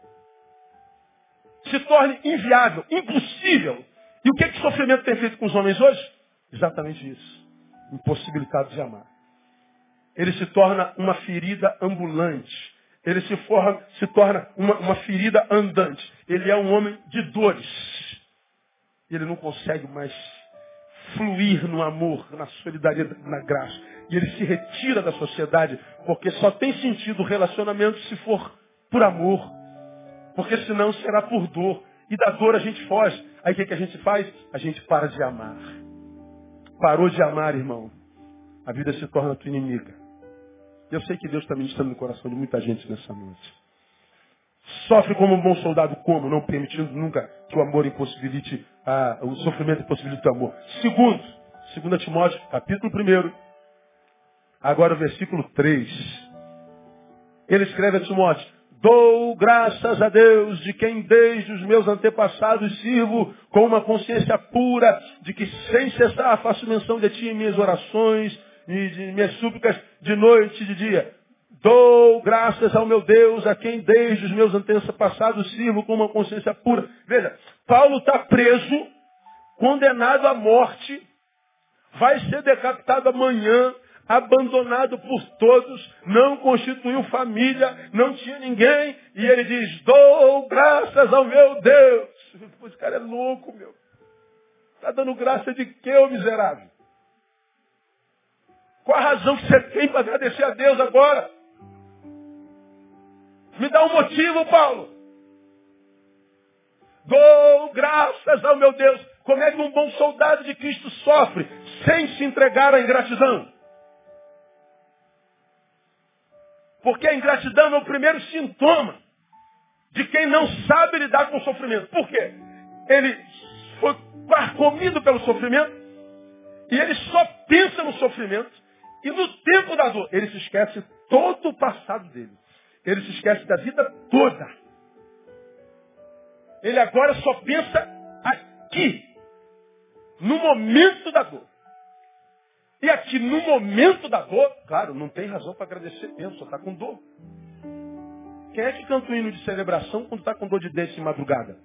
Se torne inviável, impossível. E o que o sofrimento tem feito com os homens hoje? Exatamente isso. Impossibilitado de amar. Ele se torna uma ferida ambulante. Ele se torna uma ferida andante. Ele é um homem de dores. Ele não consegue mais fluir no amor, na solidariedade, na graça. E ele se retira da sociedade, porque só tem sentido o relacionamento se for por amor. Porque senão será por dor. E da dor a gente foge. Aí o que a gente faz? A gente para de amar. Parou de amar, irmão. A vida se torna tua inimiga. Eu sei que Deus está ministrando no coração de muita gente nessa noite. Sofre como um bom soldado, como? Não permitindo nunca que o amor impossibilite, o sofrimento impossibilite o amor. Segundo Timóteo, capítulo 1, agora o versículo 3. Ele escreve a Timóteo: dou graças a Deus, de quem desde os meus antepassados sirvo com uma consciência pura, de que sem cessar faço menção de ti em minhas orações e de minhas súplicas de noite e de dia. Dou graças ao meu Deus, a quem desde os meus antepassados sirvo com uma consciência pura. Veja, Paulo está preso, condenado à morte, vai ser decapitado amanhã, abandonado por todos, não constituiu família, não tinha ninguém, e ele diz, dou graças ao meu Deus. Esse cara é louco, meu. Está dando graça de quê, ô miserável? Qual a razão que você tem para agradecer a Deus agora? Me dá um motivo, Paulo. Dou graças ao meu Deus. Como é que um bom soldado de Cristo sofre sem se entregar à ingratidão? Porque a ingratidão é o primeiro sintoma de quem não sabe lidar com o sofrimento. Por quê? Ele foi carcomido pelo sofrimento e ele só pensa no sofrimento e no tempo da dor. Ele se esquece todo o passado dele. Ele se esquece da vida toda. Ele agora só pensa aqui, no momento da dor. E aqui, no momento da dor, claro, não tem razão para agradecer mesmo, só está com dor. Quem é que canta um hino de celebração quando está com dor de dente de madrugada?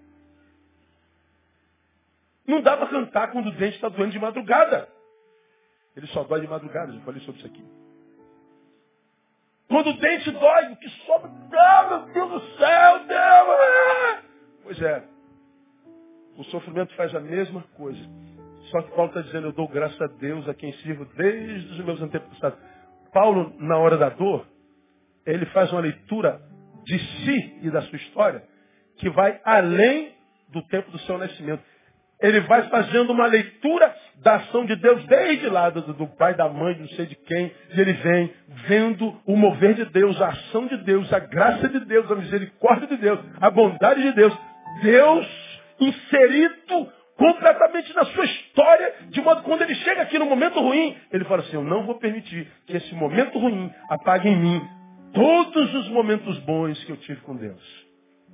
Não dá para cantar quando o dente está doendo de madrugada. Ele só dói de madrugada, já falei sobre isso aqui. Quando o dente dói, o que sobra, meu Deus do céu, Deus! Pois é, o sofrimento faz a mesma coisa. Só que Paulo está dizendo, eu dou graças a Deus a quem sirvo desde os meus antepassados. Paulo, na hora da dor, ele faz uma leitura de si e da sua história que vai além do tempo do seu nascimento. Ele vai fazendo uma leitura da ação de Deus desde lá do pai, da mãe, não sei de quem. E ele vem vendo o mover de Deus, a ação de Deus, a graça de Deus, a misericórdia de Deus, a bondade de Deus. Deus inserido completamente na sua história, de modo que quando ele chega aqui no momento ruim, ele fala assim, eu não vou permitir que esse momento ruim apague em mim todos os momentos bons que eu tive com Deus.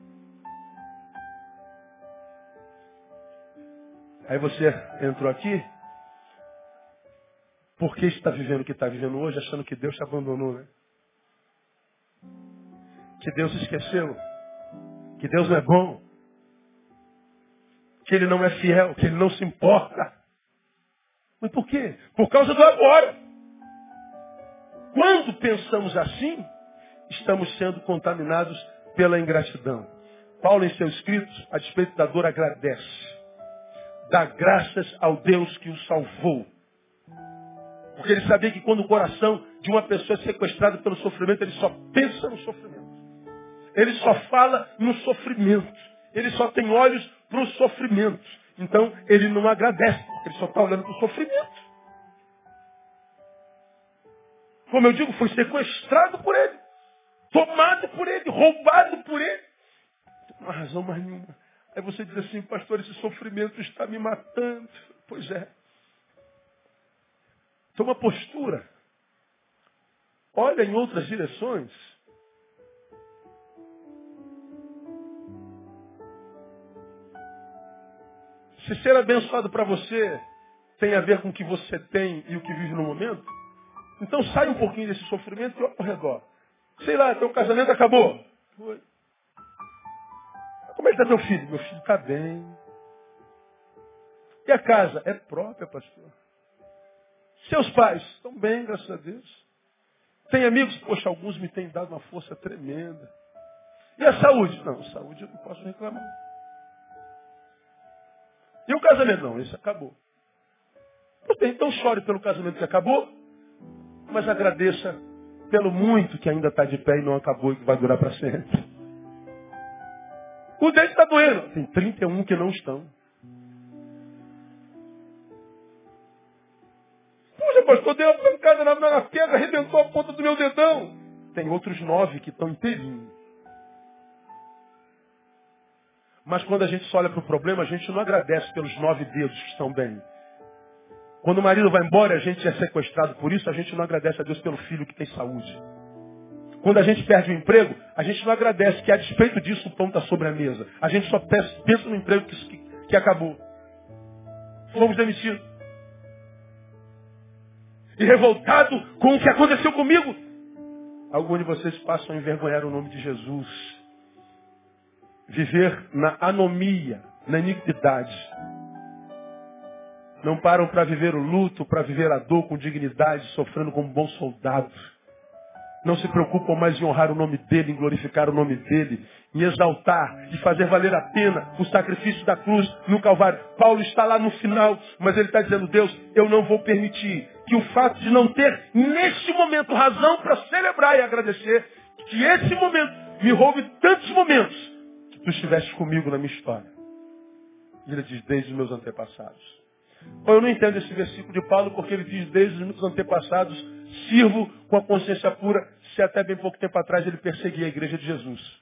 Aí você entrou aqui, por que está vivendo o que está vivendo hoje, achando que Deus te abandonou, né? Que Deus se esqueceu, que Deus não é bom, que Ele não é fiel, que Ele não se importa. Mas por quê? Por causa do agora. Quando pensamos assim, estamos sendo contaminados pela ingratidão. Paulo, em seus escritos, a despeito da dor, agradece. Dá graças ao Deus que o salvou. Porque ele sabia que quando o coração de uma pessoa é sequestrado pelo sofrimento, ele só pensa no sofrimento. Ele só fala no sofrimento. Ele só tem olhos para o sofrimento. Então, ele não agradece. Ele só está olhando para o sofrimento. Como eu digo, foi sequestrado por ele. Tomado por ele. Roubado por ele. Não tem razão mais nenhuma. Aí você diz assim, pastor, esse sofrimento está me matando. Pois é. Toma postura. Olha em outras direções. Se ser abençoado para você tem a ver com o que você tem e o que vive no momento, então sai um pouquinho desse sofrimento e olha ao redor. Sei lá, teu casamento acabou. Foi. Como é que está teu filho? Meu filho está bem. E a casa? É própria, pastor. Seus pais? Estão bem, graças a Deus. Tem amigos? Poxa, alguns me têm dado uma força tremenda. E a saúde? Não, saúde eu não posso reclamar. E o casamento? Não, esse acabou. Então chore pelo casamento que acabou, mas agradeça pelo muito que ainda está de pé e não acabou e que vai durar para sempre. O dente está doendo. Tem 31 que não estão. Puxa, pastor, deu uma pancada na pedra, arrebentou a ponta do meu dedão. Tem outros 9 que estão inteirinhos. Mas quando a gente só olha para o problema, a gente não agradece pelos 9 dedos que estão bem. Quando o marido vai embora e a gente é sequestrado por isso, a gente não agradece a Deus pelo filho que tem saúde. Quando a gente perde o emprego, a gente não agradece que a despeito disso o pão está sobre a mesa. A gente só pensa no emprego que acabou. Fomos demitidos. E revoltado com o que aconteceu comigo, alguns de vocês passam a envergonhar o nome de Jesus. Viver na anomia, na iniquidade. Não param para viver o luto, para viver a dor com dignidade, sofrendo como bom soldado. Não se preocupam mais em honrar o nome dele, em glorificar o nome dele, em exaltar, e fazer valer a pena o sacrifício da cruz no Calvário. Paulo está lá no final, mas ele está dizendo, Deus, eu não vou permitir que o fato de não ter, neste momento, razão para celebrar e agradecer, que esse momento me roube tantos momentos que tu estiveste comigo na minha história. E ele diz, desde os meus antepassados. Eu não entendo esse versículo de Paulo porque ele diz, desde os meus antepassados, sirvo com a consciência pura, se até bem pouco tempo atrás ele perseguia a igreja de Jesus.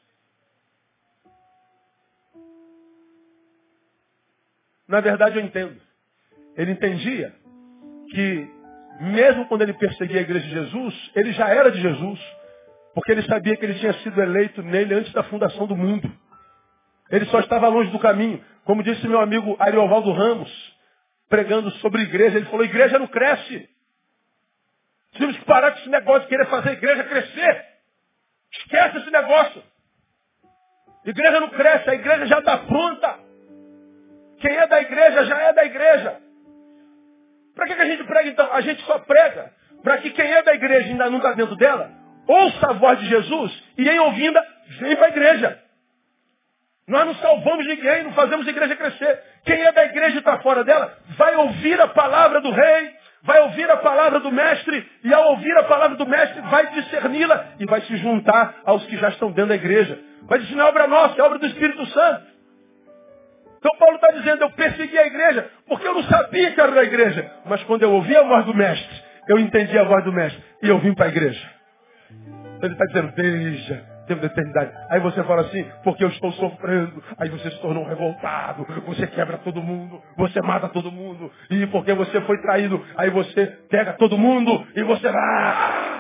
Na verdade eu entendo. Ele entendia que mesmo quando ele perseguia a igreja de Jesus, ele já era de Jesus, porque ele sabia que ele tinha sido eleito nele antes da fundação do mundo. Ele só estava longe do caminho. Como disse meu amigo Ariovaldo Ramos, pregando sobre igreja, ele falou, igreja não cresce. Temos que parar com esse negócio de querer fazer a igreja crescer. Esquece esse negócio. Igreja não cresce, a igreja já está pronta. Quem é da igreja já é da igreja. Para que a gente prega então? A gente só prega para que quem é da igreja ainda não está dentro dela, ouça a voz de Jesus e em ouvinda, vem para a igreja. Nós não salvamos ninguém, não fazemos a igreja crescer. Quem é da igreja e está fora dela, vai ouvir a palavra do rei, vai ouvir a palavra do mestre, e ao ouvir a palavra do mestre, vai discerni-la e vai se juntar aos que já estão dentro da igreja. Mas isso não é obra nossa, é obra do Espírito Santo. Então Paulo está dizendo, eu persegui a igreja, porque eu não sabia que era da igreja. Mas quando eu ouvi a voz do mestre, eu entendi a voz do mestre, e eu vim para a igreja. Então ele está dizendo, veja, tempo da eternidade. Aí você fala assim, porque eu estou sofrendo. Aí você se tornou um revoltado. Você quebra todo mundo. Você mata todo mundo. E porque você foi traído, aí você pega todo mundo. E você vai.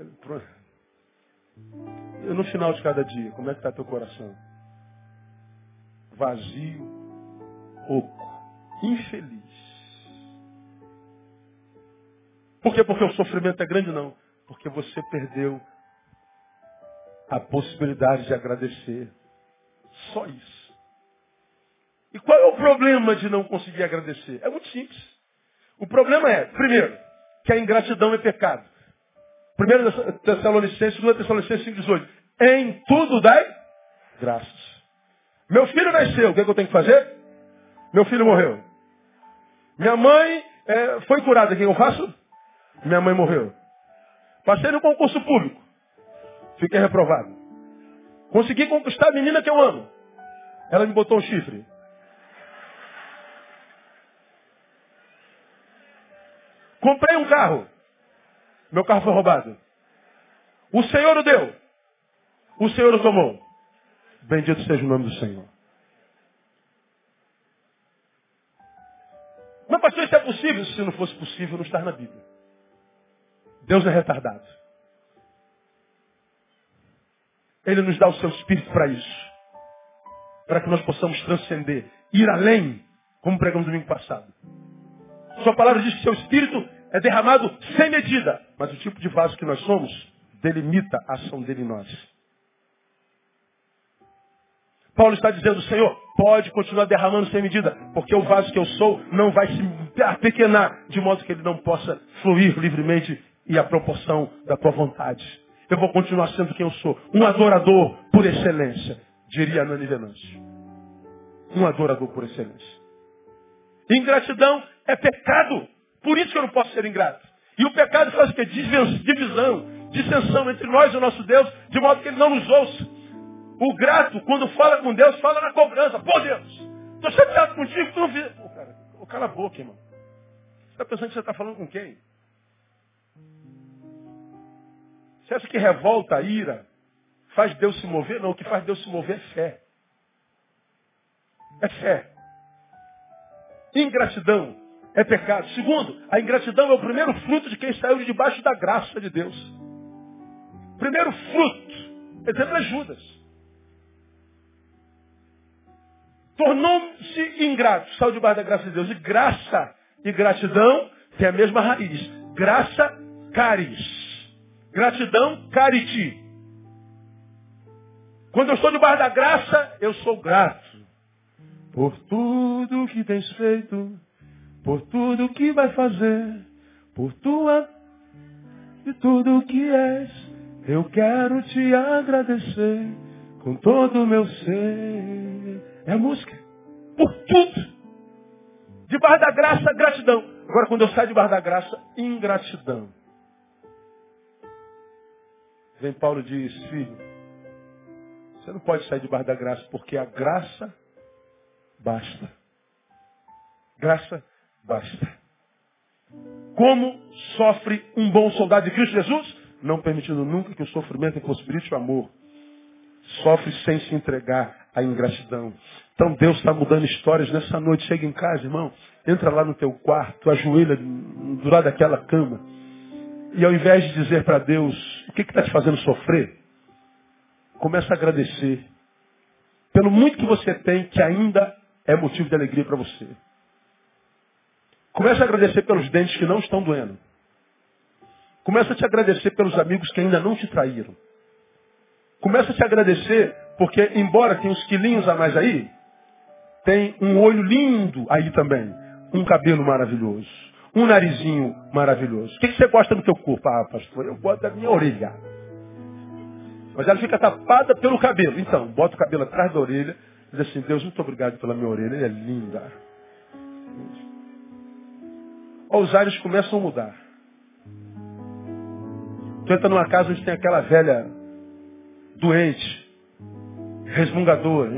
E no final de cada dia, como é que está teu coração? Vazio, oco, infeliz. Por quê? Porque o sofrimento é grande? Não. Porque você perdeu a possibilidade de agradecer. Só isso. E qual é o problema de não conseguir agradecer? É muito simples. O problema é, primeiro, que a ingratidão é pecado. 1 Tessalonicenses, 2 Tessalonicenses 5,18. Em tudo dai graças. Meu filho nasceu, o que é que eu tenho que fazer? Meu filho morreu. Minha mãe foi curada, o que eu faço? Minha mãe morreu. Passei no concurso público. Fiquei reprovado. Consegui conquistar a menina que eu amo. Ela me botou um chifre. Comprei um carro. Meu carro foi roubado. O Senhor o deu. O Senhor o tomou. Bendito seja o nome do Senhor. Mas pastor, isso é possível? Se não fosse possível, não estar na Bíblia. Deus é retardado. Ele nos dá o seu Espírito para isso. Para que nós possamos transcender. Ir além, como pregamos no domingo passado. Sua palavra diz que seu Espírito é derramado sem medida. Mas o tipo de vaso que nós somos delimita a ação dele em nós. Paulo está dizendo, Senhor, pode continuar derramando sem medida, porque o vaso que eu sou não vai se apequenar, de modo que ele não possa fluir livremente e à proporção da tua vontade. Eu vou continuar sendo quem eu sou, um adorador por excelência, diria Anani Venâncio. Um adorador por excelência. Ingratidão é pecado, por isso que eu não posso ser ingrato. E o pecado faz o quê? Divisão, dissensão entre nós e o nosso Deus, de modo que ele não nos ouça. O grato, quando fala com Deus, fala na cobrança. Pô, Deus, estou chateado contigo, tu não viu. Pô, cara, cala a boca, irmão. Você está pensando que você está falando com quem? Você acha que revolta, a ira, faz Deus se mover? Não, o que faz Deus se mover é fé. É fé. Ingratidão é pecado. Segundo, a ingratidão é o primeiro fruto de quem saiu de debaixo da graça de Deus. Primeiro fruto. Exemplo é Judas. Tornou-se ingrato, saiu debaixo da graça de Deus. E graça e gratidão tem a mesma raiz. Graça, caris. Gratidão, cariti. Quando eu estou debaixo da graça, eu sou grato. Por tudo que tens feito, por tudo que vai fazer, por tua e tudo que és, Eu quero te agradecer com todo o meu ser. É a música. Por tudo. Debaixo da graça, gratidão. Agora, quando eu saio debaixo da graça, ingratidão. Vem Paulo e diz, filho, você não pode sair debaixo da graça, porque a graça basta. Graça basta. Como sofre um bom soldado de Cristo Jesus? Não permitindo nunca que o sofrimento impossibilite o amor. Sofre sem se entregar à ingratidão. Então Deus está mudando histórias nessa noite. Chega em casa, irmão. Entra lá no teu quarto, ajoelha do lado daquela cama. E ao invés de dizer para Deus, o que está te fazendo sofrer? Começa a agradecer. Pelo muito que você tem, que ainda é motivo de alegria para você. Começa a agradecer pelos dentes que não estão doendo. Começa a te agradecer pelos amigos que ainda não te traíram. Começa a te agradecer porque, embora tenha uns quilinhos a mais aí, tem um olho lindo aí também. Um cabelo maravilhoso. Um narizinho maravilhoso. O que você gosta do teu corpo? Ah, pastor, eu gosto da minha orelha. Mas ela fica tapada pelo cabelo. Então, bota o cabelo atrás da orelha e diz assim, Deus, muito obrigado pela minha orelha, ela é linda. Os ares começam a mudar. Tu entra numa casa onde tem aquela velha doente, resmungadora.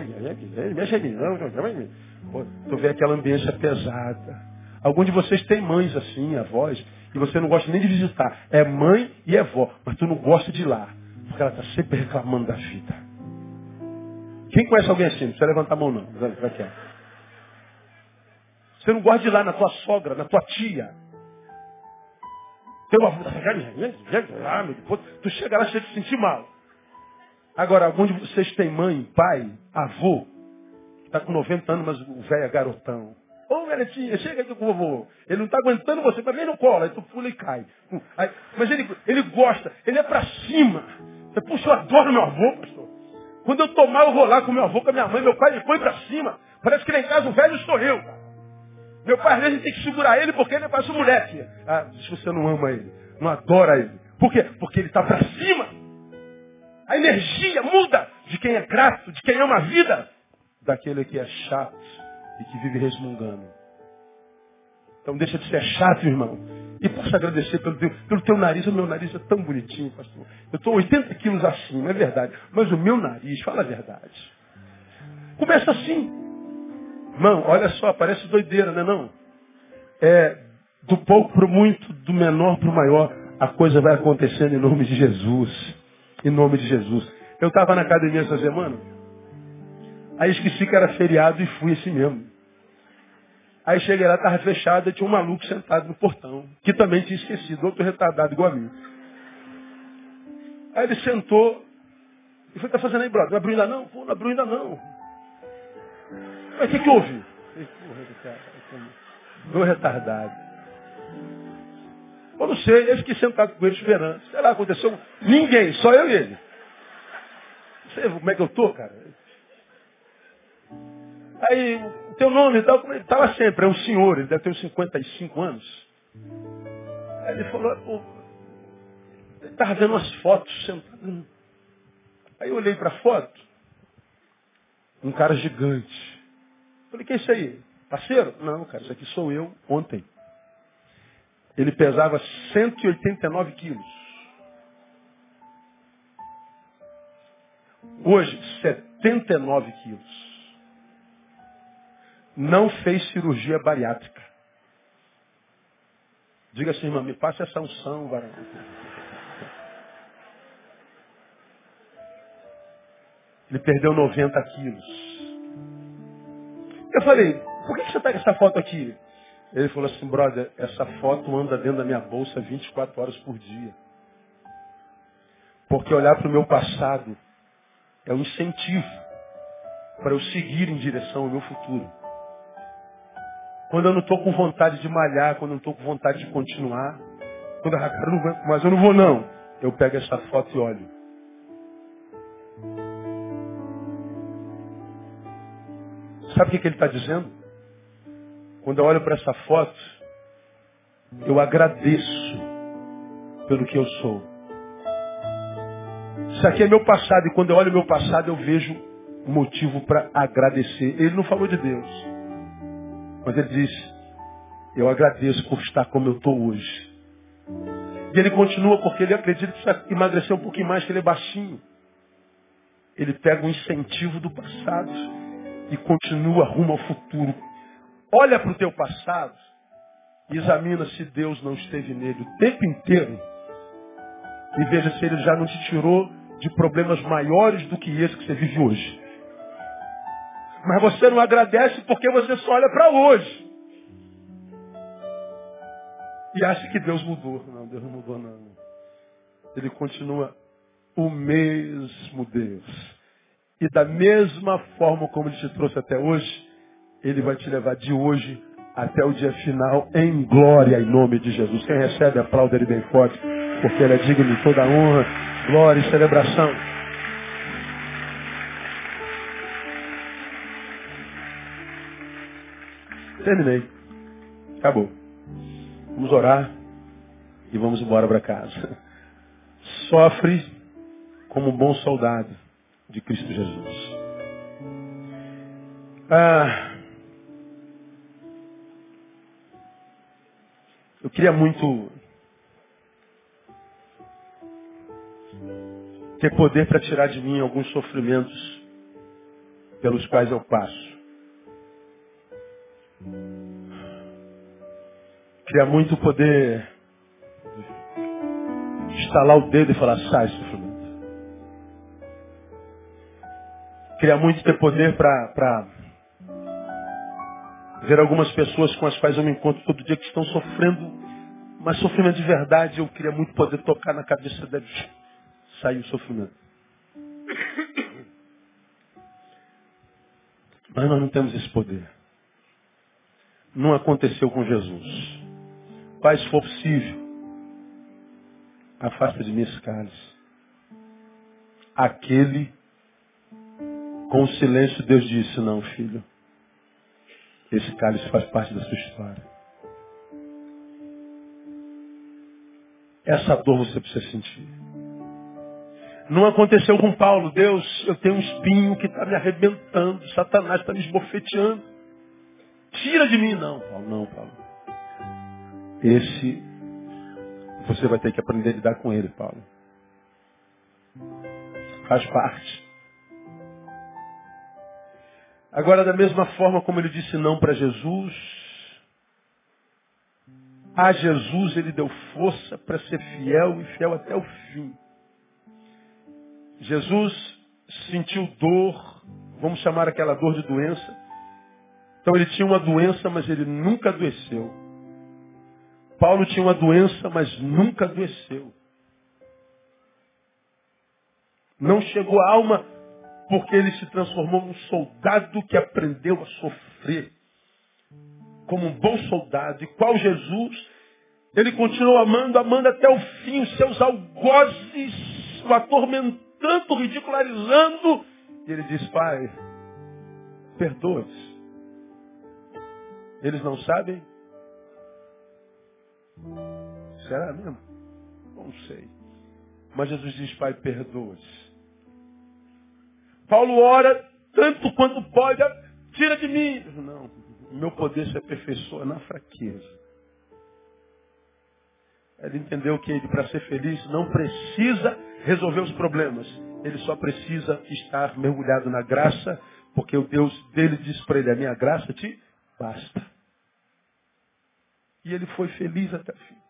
Tu vê aquela ambiência pesada. Alguns de vocês têm mães assim, avós, e você não gosta nem de visitar. É mãe e é vó, mas tu não gosta de ir lá, porque ela está sempre reclamando da vida. Quem conhece alguém assim? Não precisa levantar a mão não. Vai que é. Você não gosta de ir lá na tua sogra, na tua tia. Teu avô, tu chega lá e chega a se sentir mal. Agora, alguns de vocês têm mãe, pai, avô, que está com 90 anos, mas o velho é garotão. Ô, garotinha, chega aqui com o vovô. Ele não está aguentando você, mas nem no colo. Aí tu pula e cai. Aí, mas ele gosta, ele é pra cima. Você, puxa, eu adoro meu avô, pastor. Quando eu tomar, eu vou lá com meu avô, com a minha mãe, meu pai, ele põe pra cima. Parece que lá em casa o velho sou eu, cara. Meu pai, às vezes, tem que segurar ele porque ele parece um moleque. Ah, se você não ama ele, não adora ele. Por quê? Porque ele está para cima. A energia muda de quem é grato, de quem ama a vida, daquele que é chato e que vive resmungando. Então deixa de ser chato, irmão. E posso agradecer pelo teu nariz. O meu nariz é tão bonitinho, pastor. Eu estou 80 quilos acima, é verdade. Mas o meu nariz, fala a verdade. Começa assim. Irmão, olha só, parece doideira, não é não? É do pouco para o muito, do menor para o maior. A coisa vai acontecendo em nome de Jesus. Em nome de Jesus. Eu estava na academia essa semana. Aí esqueci que era feriado e fui assim mesmo. Aí cheguei lá, estava fechado e tinha um maluco sentado no portão. Que também tinha esquecido, outro retardado igual a mim. Aí ele sentou. E foi, tá fazendo aí, brother? Não abriu ainda não? Pô, não abriu ainda não. Mas o que houve? Meu retardado. Eu não sei, eu fiquei sentado com ele esperando. Sei lá, aconteceu. Ninguém, só eu e ele. Não sei como é que eu tô, cara. Aí, o teu nome e tal, como ele estava sempre, é um senhor, ele deve ter uns 55 anos. Aí ele falou, pô, ele estava vendo umas fotos sentado. Aí eu olhei para a foto, um cara gigante. Falei, que é isso aí? Parceiro? Não, cara, isso aqui sou eu ontem. Ele pesava 189 quilos. Hoje, 79 quilos. Não fez cirurgia bariátrica. Diga assim, irmã, me passa essa unção, varão. Ele perdeu 90 quilos. Eu falei, por que você está com essa foto aqui? Ele falou assim, brother, essa foto anda dentro da minha bolsa 24 horas por dia. Porque olhar para o meu passado é um incentivo para eu seguir em direção ao meu futuro. Quando eu não estou com vontade de malhar, quando eu não estou com vontade de continuar, quando eu não aguento mais, eu não vou não. Eu pego essa foto e olho. Sabe o que ele está dizendo? Quando eu olho para essa foto, eu agradeço pelo que eu sou. Isso aqui é meu passado. E quando eu olho o meu passado, eu vejo motivo para agradecer. Ele não falou de Deus. Mas ele disse, eu agradeço por estar como eu estou hoje. E ele continua porque ele acredita que precisa emagrecer um pouquinho mais, que ele é baixinho. Ele pega o incentivo do passado e continua rumo ao futuro. Olha para o teu passado e examina se Deus não esteve nele o tempo inteiro. E veja se ele já não te tirou de problemas maiores do que esse que você vive hoje. Mas você não agradece porque você só olha para hoje. E acha que Deus mudou. Não, Deus não mudou não. Ele continua o mesmo Deus. E da mesma forma como ele te trouxe até hoje, ele vai te levar de hoje até o dia final em glória em nome de Jesus. Quem recebe, aplauda ele bem forte, porque ele é digno de toda honra, glória e celebração. Terminei. Acabou. Vamos orar e vamos embora para casa. Sofre como um bom soldado de Cristo Jesus. Eu queria muito ter poder para tirar de mim alguns sofrimentos pelos quais eu passo. Queria muito poder estalar o dedo e falar, sai, sofrimento. Queria muito ter poder para ver algumas pessoas com as quais eu me encontro todo dia que estão sofrendo, mas sofrimento de verdade. Eu queria muito poder tocar na cabeça deles, sair o sofrimento. Mas nós não temos esse poder. Não aconteceu com Jesus. Pai, se for possível, afasta de mim esse cálice. Aquele, com o silêncio, Deus disse, não, filho. Esse cálice faz parte da sua história. Essa dor você precisa sentir. Não aconteceu com Paulo. Deus, eu tenho um espinho que está me arrebentando. Satanás está me esbofeteando. Tira de mim. Não, Paulo, não, Paulo. Esse, você vai ter que aprender a lidar com ele, Paulo. Faz parte. Agora, da mesma forma como ele disse não para Jesus, a Jesus ele deu força para ser fiel e fiel até o fim. Jesus sentiu dor, vamos chamar aquela dor de doença. Então ele tinha uma doença, mas ele nunca adoeceu. Paulo tinha uma doença, mas nunca adoeceu. Não chegou à alma porque ele se transformou num soldado que aprendeu a sofrer. Como um bom soldado, igual Jesus, ele continuou amando até o fim, os seus algozes o atormentando, ridicularizando. E ele diz, Pai, perdoa-os. Eles não sabem? Será mesmo? Não sei. Mas Jesus diz, Pai, perdoa-os. Paulo ora tanto quanto pode, tira de mim. Não, meu poder se aperfeiçoa na fraqueza. Ele entendeu que ele, para ser feliz, não precisa resolver os problemas. Ele só precisa estar mergulhado na graça, porque o Deus dele diz para ele, a minha graça te basta. E ele foi feliz até o fim.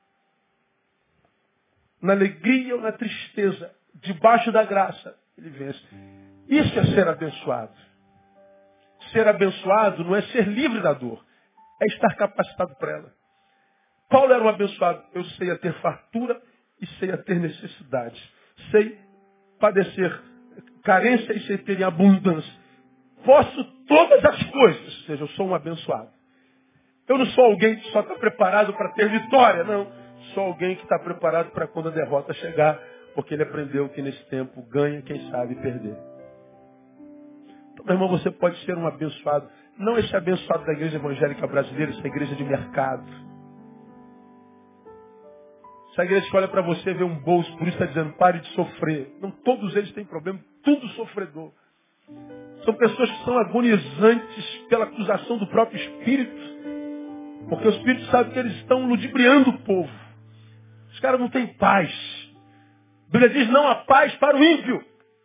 Na alegria ou na tristeza, debaixo da graça, ele vence. Isso é ser abençoado. Ser abençoado não é ser livre da dor, é estar capacitado para ela. Paulo era um abençoado. Eu sei a ter fartura e sei a ter necessidade. Sei padecer carência e sei ter em abundância. Posso todas as coisas. Ou seja, eu sou um abençoado. Eu não sou alguém que só está preparado para ter vitória, não. Sou alguém que está preparado para quando a derrota chegar, porque ele aprendeu que nesse tempo ganha quem sabe perder. Então, meu irmão, você pode ser um abençoado. Não esse abençoado da igreja evangélica brasileira, essa igreja de mercado. Essa igreja que olha para você vê um bolso, por isso está dizendo, pare de sofrer. Não, todos eles têm problema, tudo sofredor. São pessoas que são agonizantes pela acusação do próprio Espírito. Porque o Espírito sabe que eles estão ludibriando o povo. Os caras não têm paz. A Bíblia diz, não há paz para o ímpio.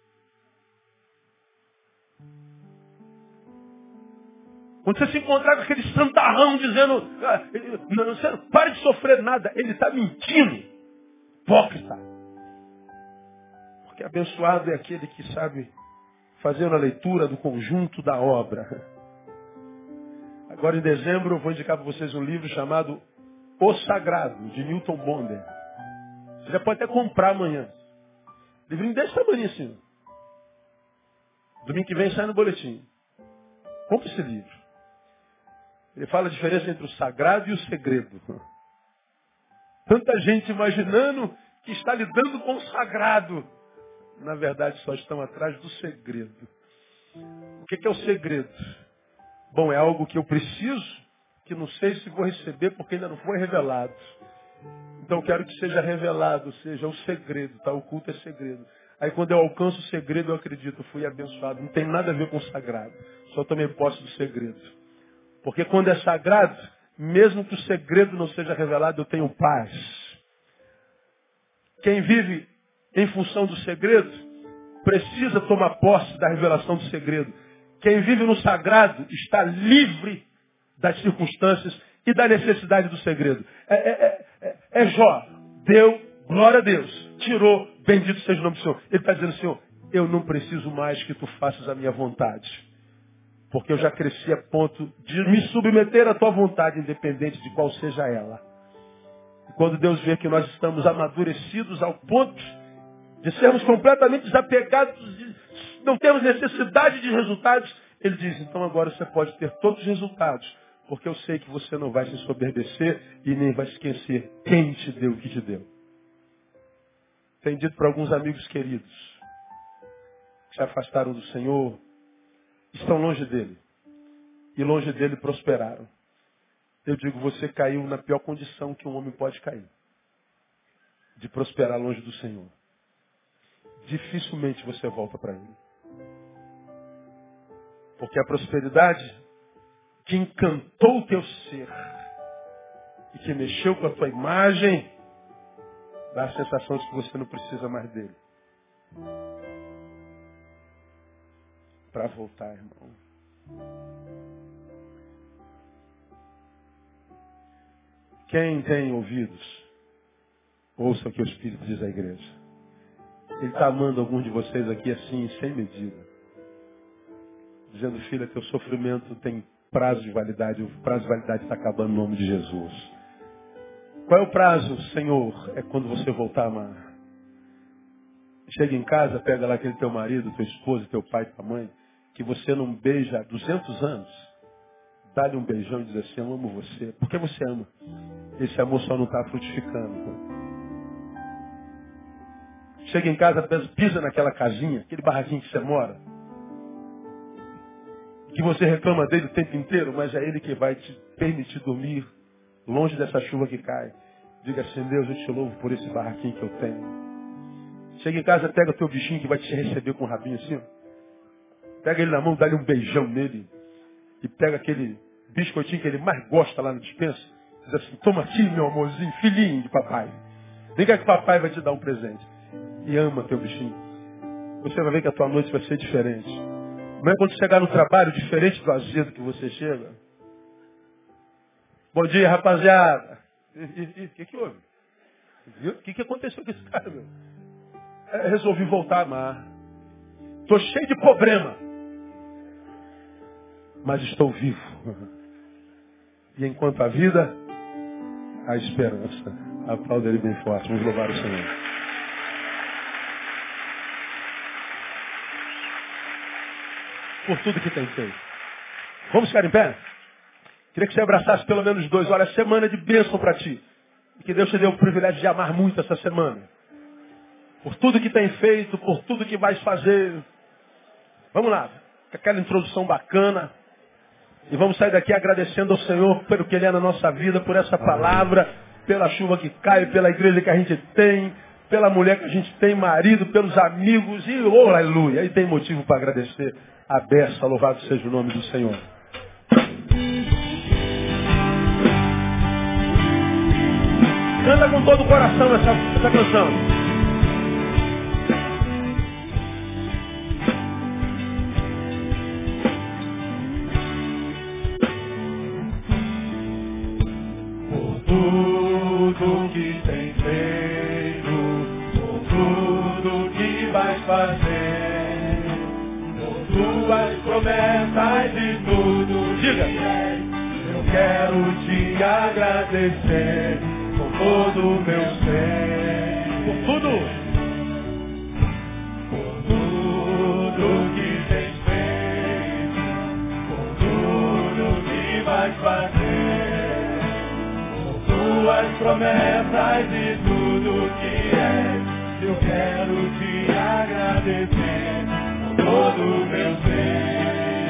Quando você se encontrar com aquele santarrão dizendo, não, pare de sofrer nada, ele está mentindo. Hipócrita. Porque abençoado é aquele que sabe fazer uma leitura do conjunto da obra. Agora em dezembro eu vou indicar para vocês um livro chamado O Sagrado, de Newton Bonder. Você já pode até comprar amanhã. Livrinho desse tamanho assim. Domingo que vem sai no boletim. Compre esse livro. Ele fala a diferença entre o sagrado e o segredo. Tanta gente imaginando que está lidando com o sagrado. Na verdade, só estão atrás do segredo. O que é o segredo? Bom, é algo que eu preciso, que não sei se vou receber porque ainda não foi revelado. Então eu quero que seja revelado, seja o segredo, tá? O culto é segredo. Aí quando eu alcanço o segredo, eu acredito, fui abençoado. Não tem nada a ver com o sagrado. Só tomei posse do segredo. Porque quando é sagrado, mesmo que o segredo não seja revelado, eu tenho paz. Quem vive em função do segredo, precisa tomar posse da revelação do segredo. Quem vive no sagrado está livre das circunstâncias e da necessidade do segredo. Jó, deu, glória a Deus, tirou, bendito seja o nome do Senhor. Ele está dizendo, Senhor, eu não preciso mais que tu faças a minha vontade. Porque eu já cresci a ponto de me submeter à tua vontade, independente de qual seja ela. E quando Deus vê que nós estamos amadurecidos ao ponto de sermos completamente desapegados, não temos necessidade de resultados, Ele diz, então agora você pode ter todos os resultados, porque eu sei que você não vai se ensoberbecer e nem vai esquecer quem te deu o que te deu. Tenho dito para alguns amigos queridos que se afastaram do Senhor, estão longe dele. E longe dele prosperaram. Eu digo, você caiu na pior condição que um homem pode cair. De prosperar longe do Senhor. Dificilmente você volta para ele. Porque a prosperidade que encantou o teu ser e que mexeu com a tua imagem, dá a sensação de que você não precisa mais dele. Para voltar, irmão. Quem tem ouvidos, ouça o que o Espírito diz à igreja. Ele está amando alguns de vocês aqui assim, sem medida. Dizendo, filha, teu sofrimento tem prazo de validade. O prazo de validade está acabando no nome de Jesus. Qual é o prazo, Senhor? É quando você voltar a amar. Chega em casa, pega lá aquele teu marido, teu esposo, teu pai, tua mãe, que você não beija há 200 anos. Dá-lhe um beijão e diz assim, eu amo você. Porque você ama. Esse amor só não está frutificando. Chega em casa, pisa naquela casinha, aquele barraquinho que você mora. Que você reclama dele o tempo inteiro, mas é ele que vai te permitir dormir longe dessa chuva que cai. Diga assim, Deus, eu te louvo por esse barraquinho que eu tenho. Chega em casa, pega o teu bichinho que vai te receber com o rabinho assim. Ó. Pega ele na mão, dá-lhe um beijão nele. E pega aquele biscoitinho que ele mais gosta lá na despensa. Diz assim, toma aqui, meu amorzinho, filhinho de papai. Vem cá que papai vai te dar um presente. E ama teu bichinho. Você vai ver que a tua noite vai ser diferente. Não é quando chegar no trabalho, diferente do azedo que você chega. Bom dia, rapaziada. O que houve? Viu? O que aconteceu com esse cara, meu? Resolvi voltar a amar. Estou cheio de problema. Mas estou vivo. E enquanto a vida, a esperança. Aplauda ele bem forte. Vamos louvar o Senhor. Por tudo que tem feito. Vamos ficar em pé? Queria que você abraçasse pelo menos dois. Olha, semana de bênção para ti. E que Deus te dê o privilégio de amar muito essa semana. Por tudo que tem feito, por tudo que vais fazer. Vamos lá. Com aquela introdução bacana. E vamos sair daqui agradecendo ao Senhor pelo que Ele é na nossa vida, por essa palavra, pela chuva que cai, pela igreja que a gente tem, pela mulher que a gente tem, marido, pelos amigos, e oh, aleluia. Aí tem motivo para agradecer a beça, louvado seja o nome do Senhor. Canta com todo o coração essa canção. Tudo que tem feito, por tudo que vais fazer, por tuas promessas e tudo Diga. que és, eu quero te agradecer com todo o meu ser. Por tudo. Por tudo que tens feito, por tudo que vais fazer, tuas promessas e tudo que és, eu quero te agradecer com todo o meu ser.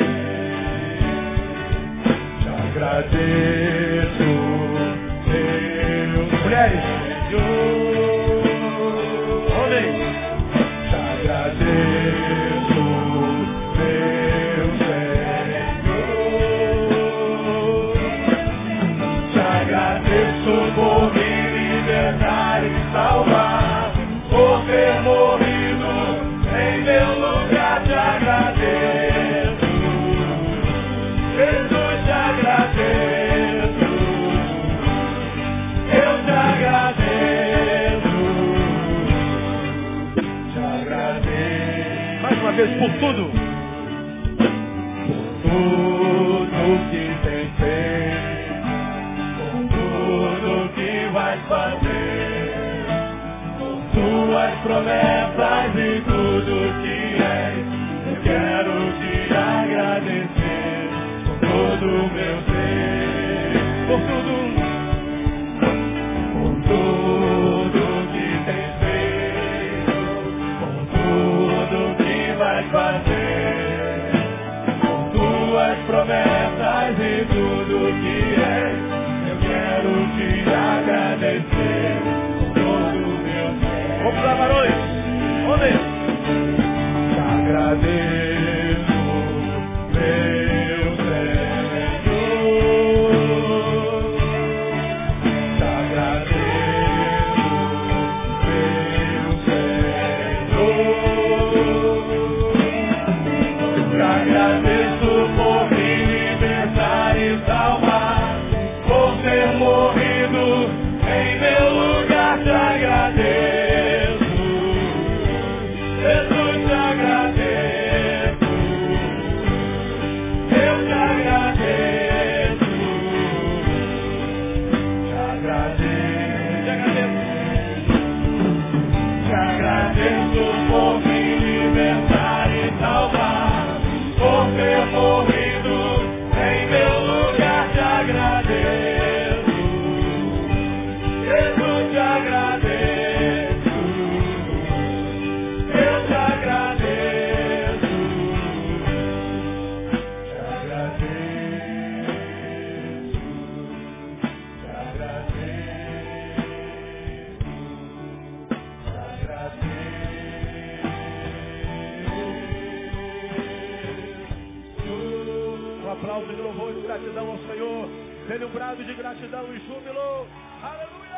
Te agradeço, Deus, Mulheres, Senhor. homens, Te agradeço, Deus, Senhor. Te agradeço por me libertar e salvar, por ter morrido em meu lugar. Te agradeço, Jesus, te agradeço, eu te agradeço, te agradeço. mais uma vez, por tudo. Por tudo que tem feito, por tudo que vais fazer, por tuas promessas e tudo que és, eu quero te agradecer com todo o meu ser. Por tudo que tens feito, por tudo que vais fazer, por tuas promessas e tudo que és, eu quero te agradecer com todo o meu ser. Vamos lá, varões, homens. Te agradeço, meu Senhor. Te agradeço, meu Senhor. Te agradeço por me libertar e salvar, por ter morrido em meu lugar. Te agradeço, Jesus, te agradeço, eu te agradeço, te agradeço, te agradeço por me libertar e salvar, por ter morrido em meu lugar. Te agradeço, Jesus, te agradeço, eu te agradeço, te agradeço, te agradeço, Um aplauso de louvor e de gratidão ao Senhor. Dê-lhe um brado de gratidão e júbilo. Aleluia.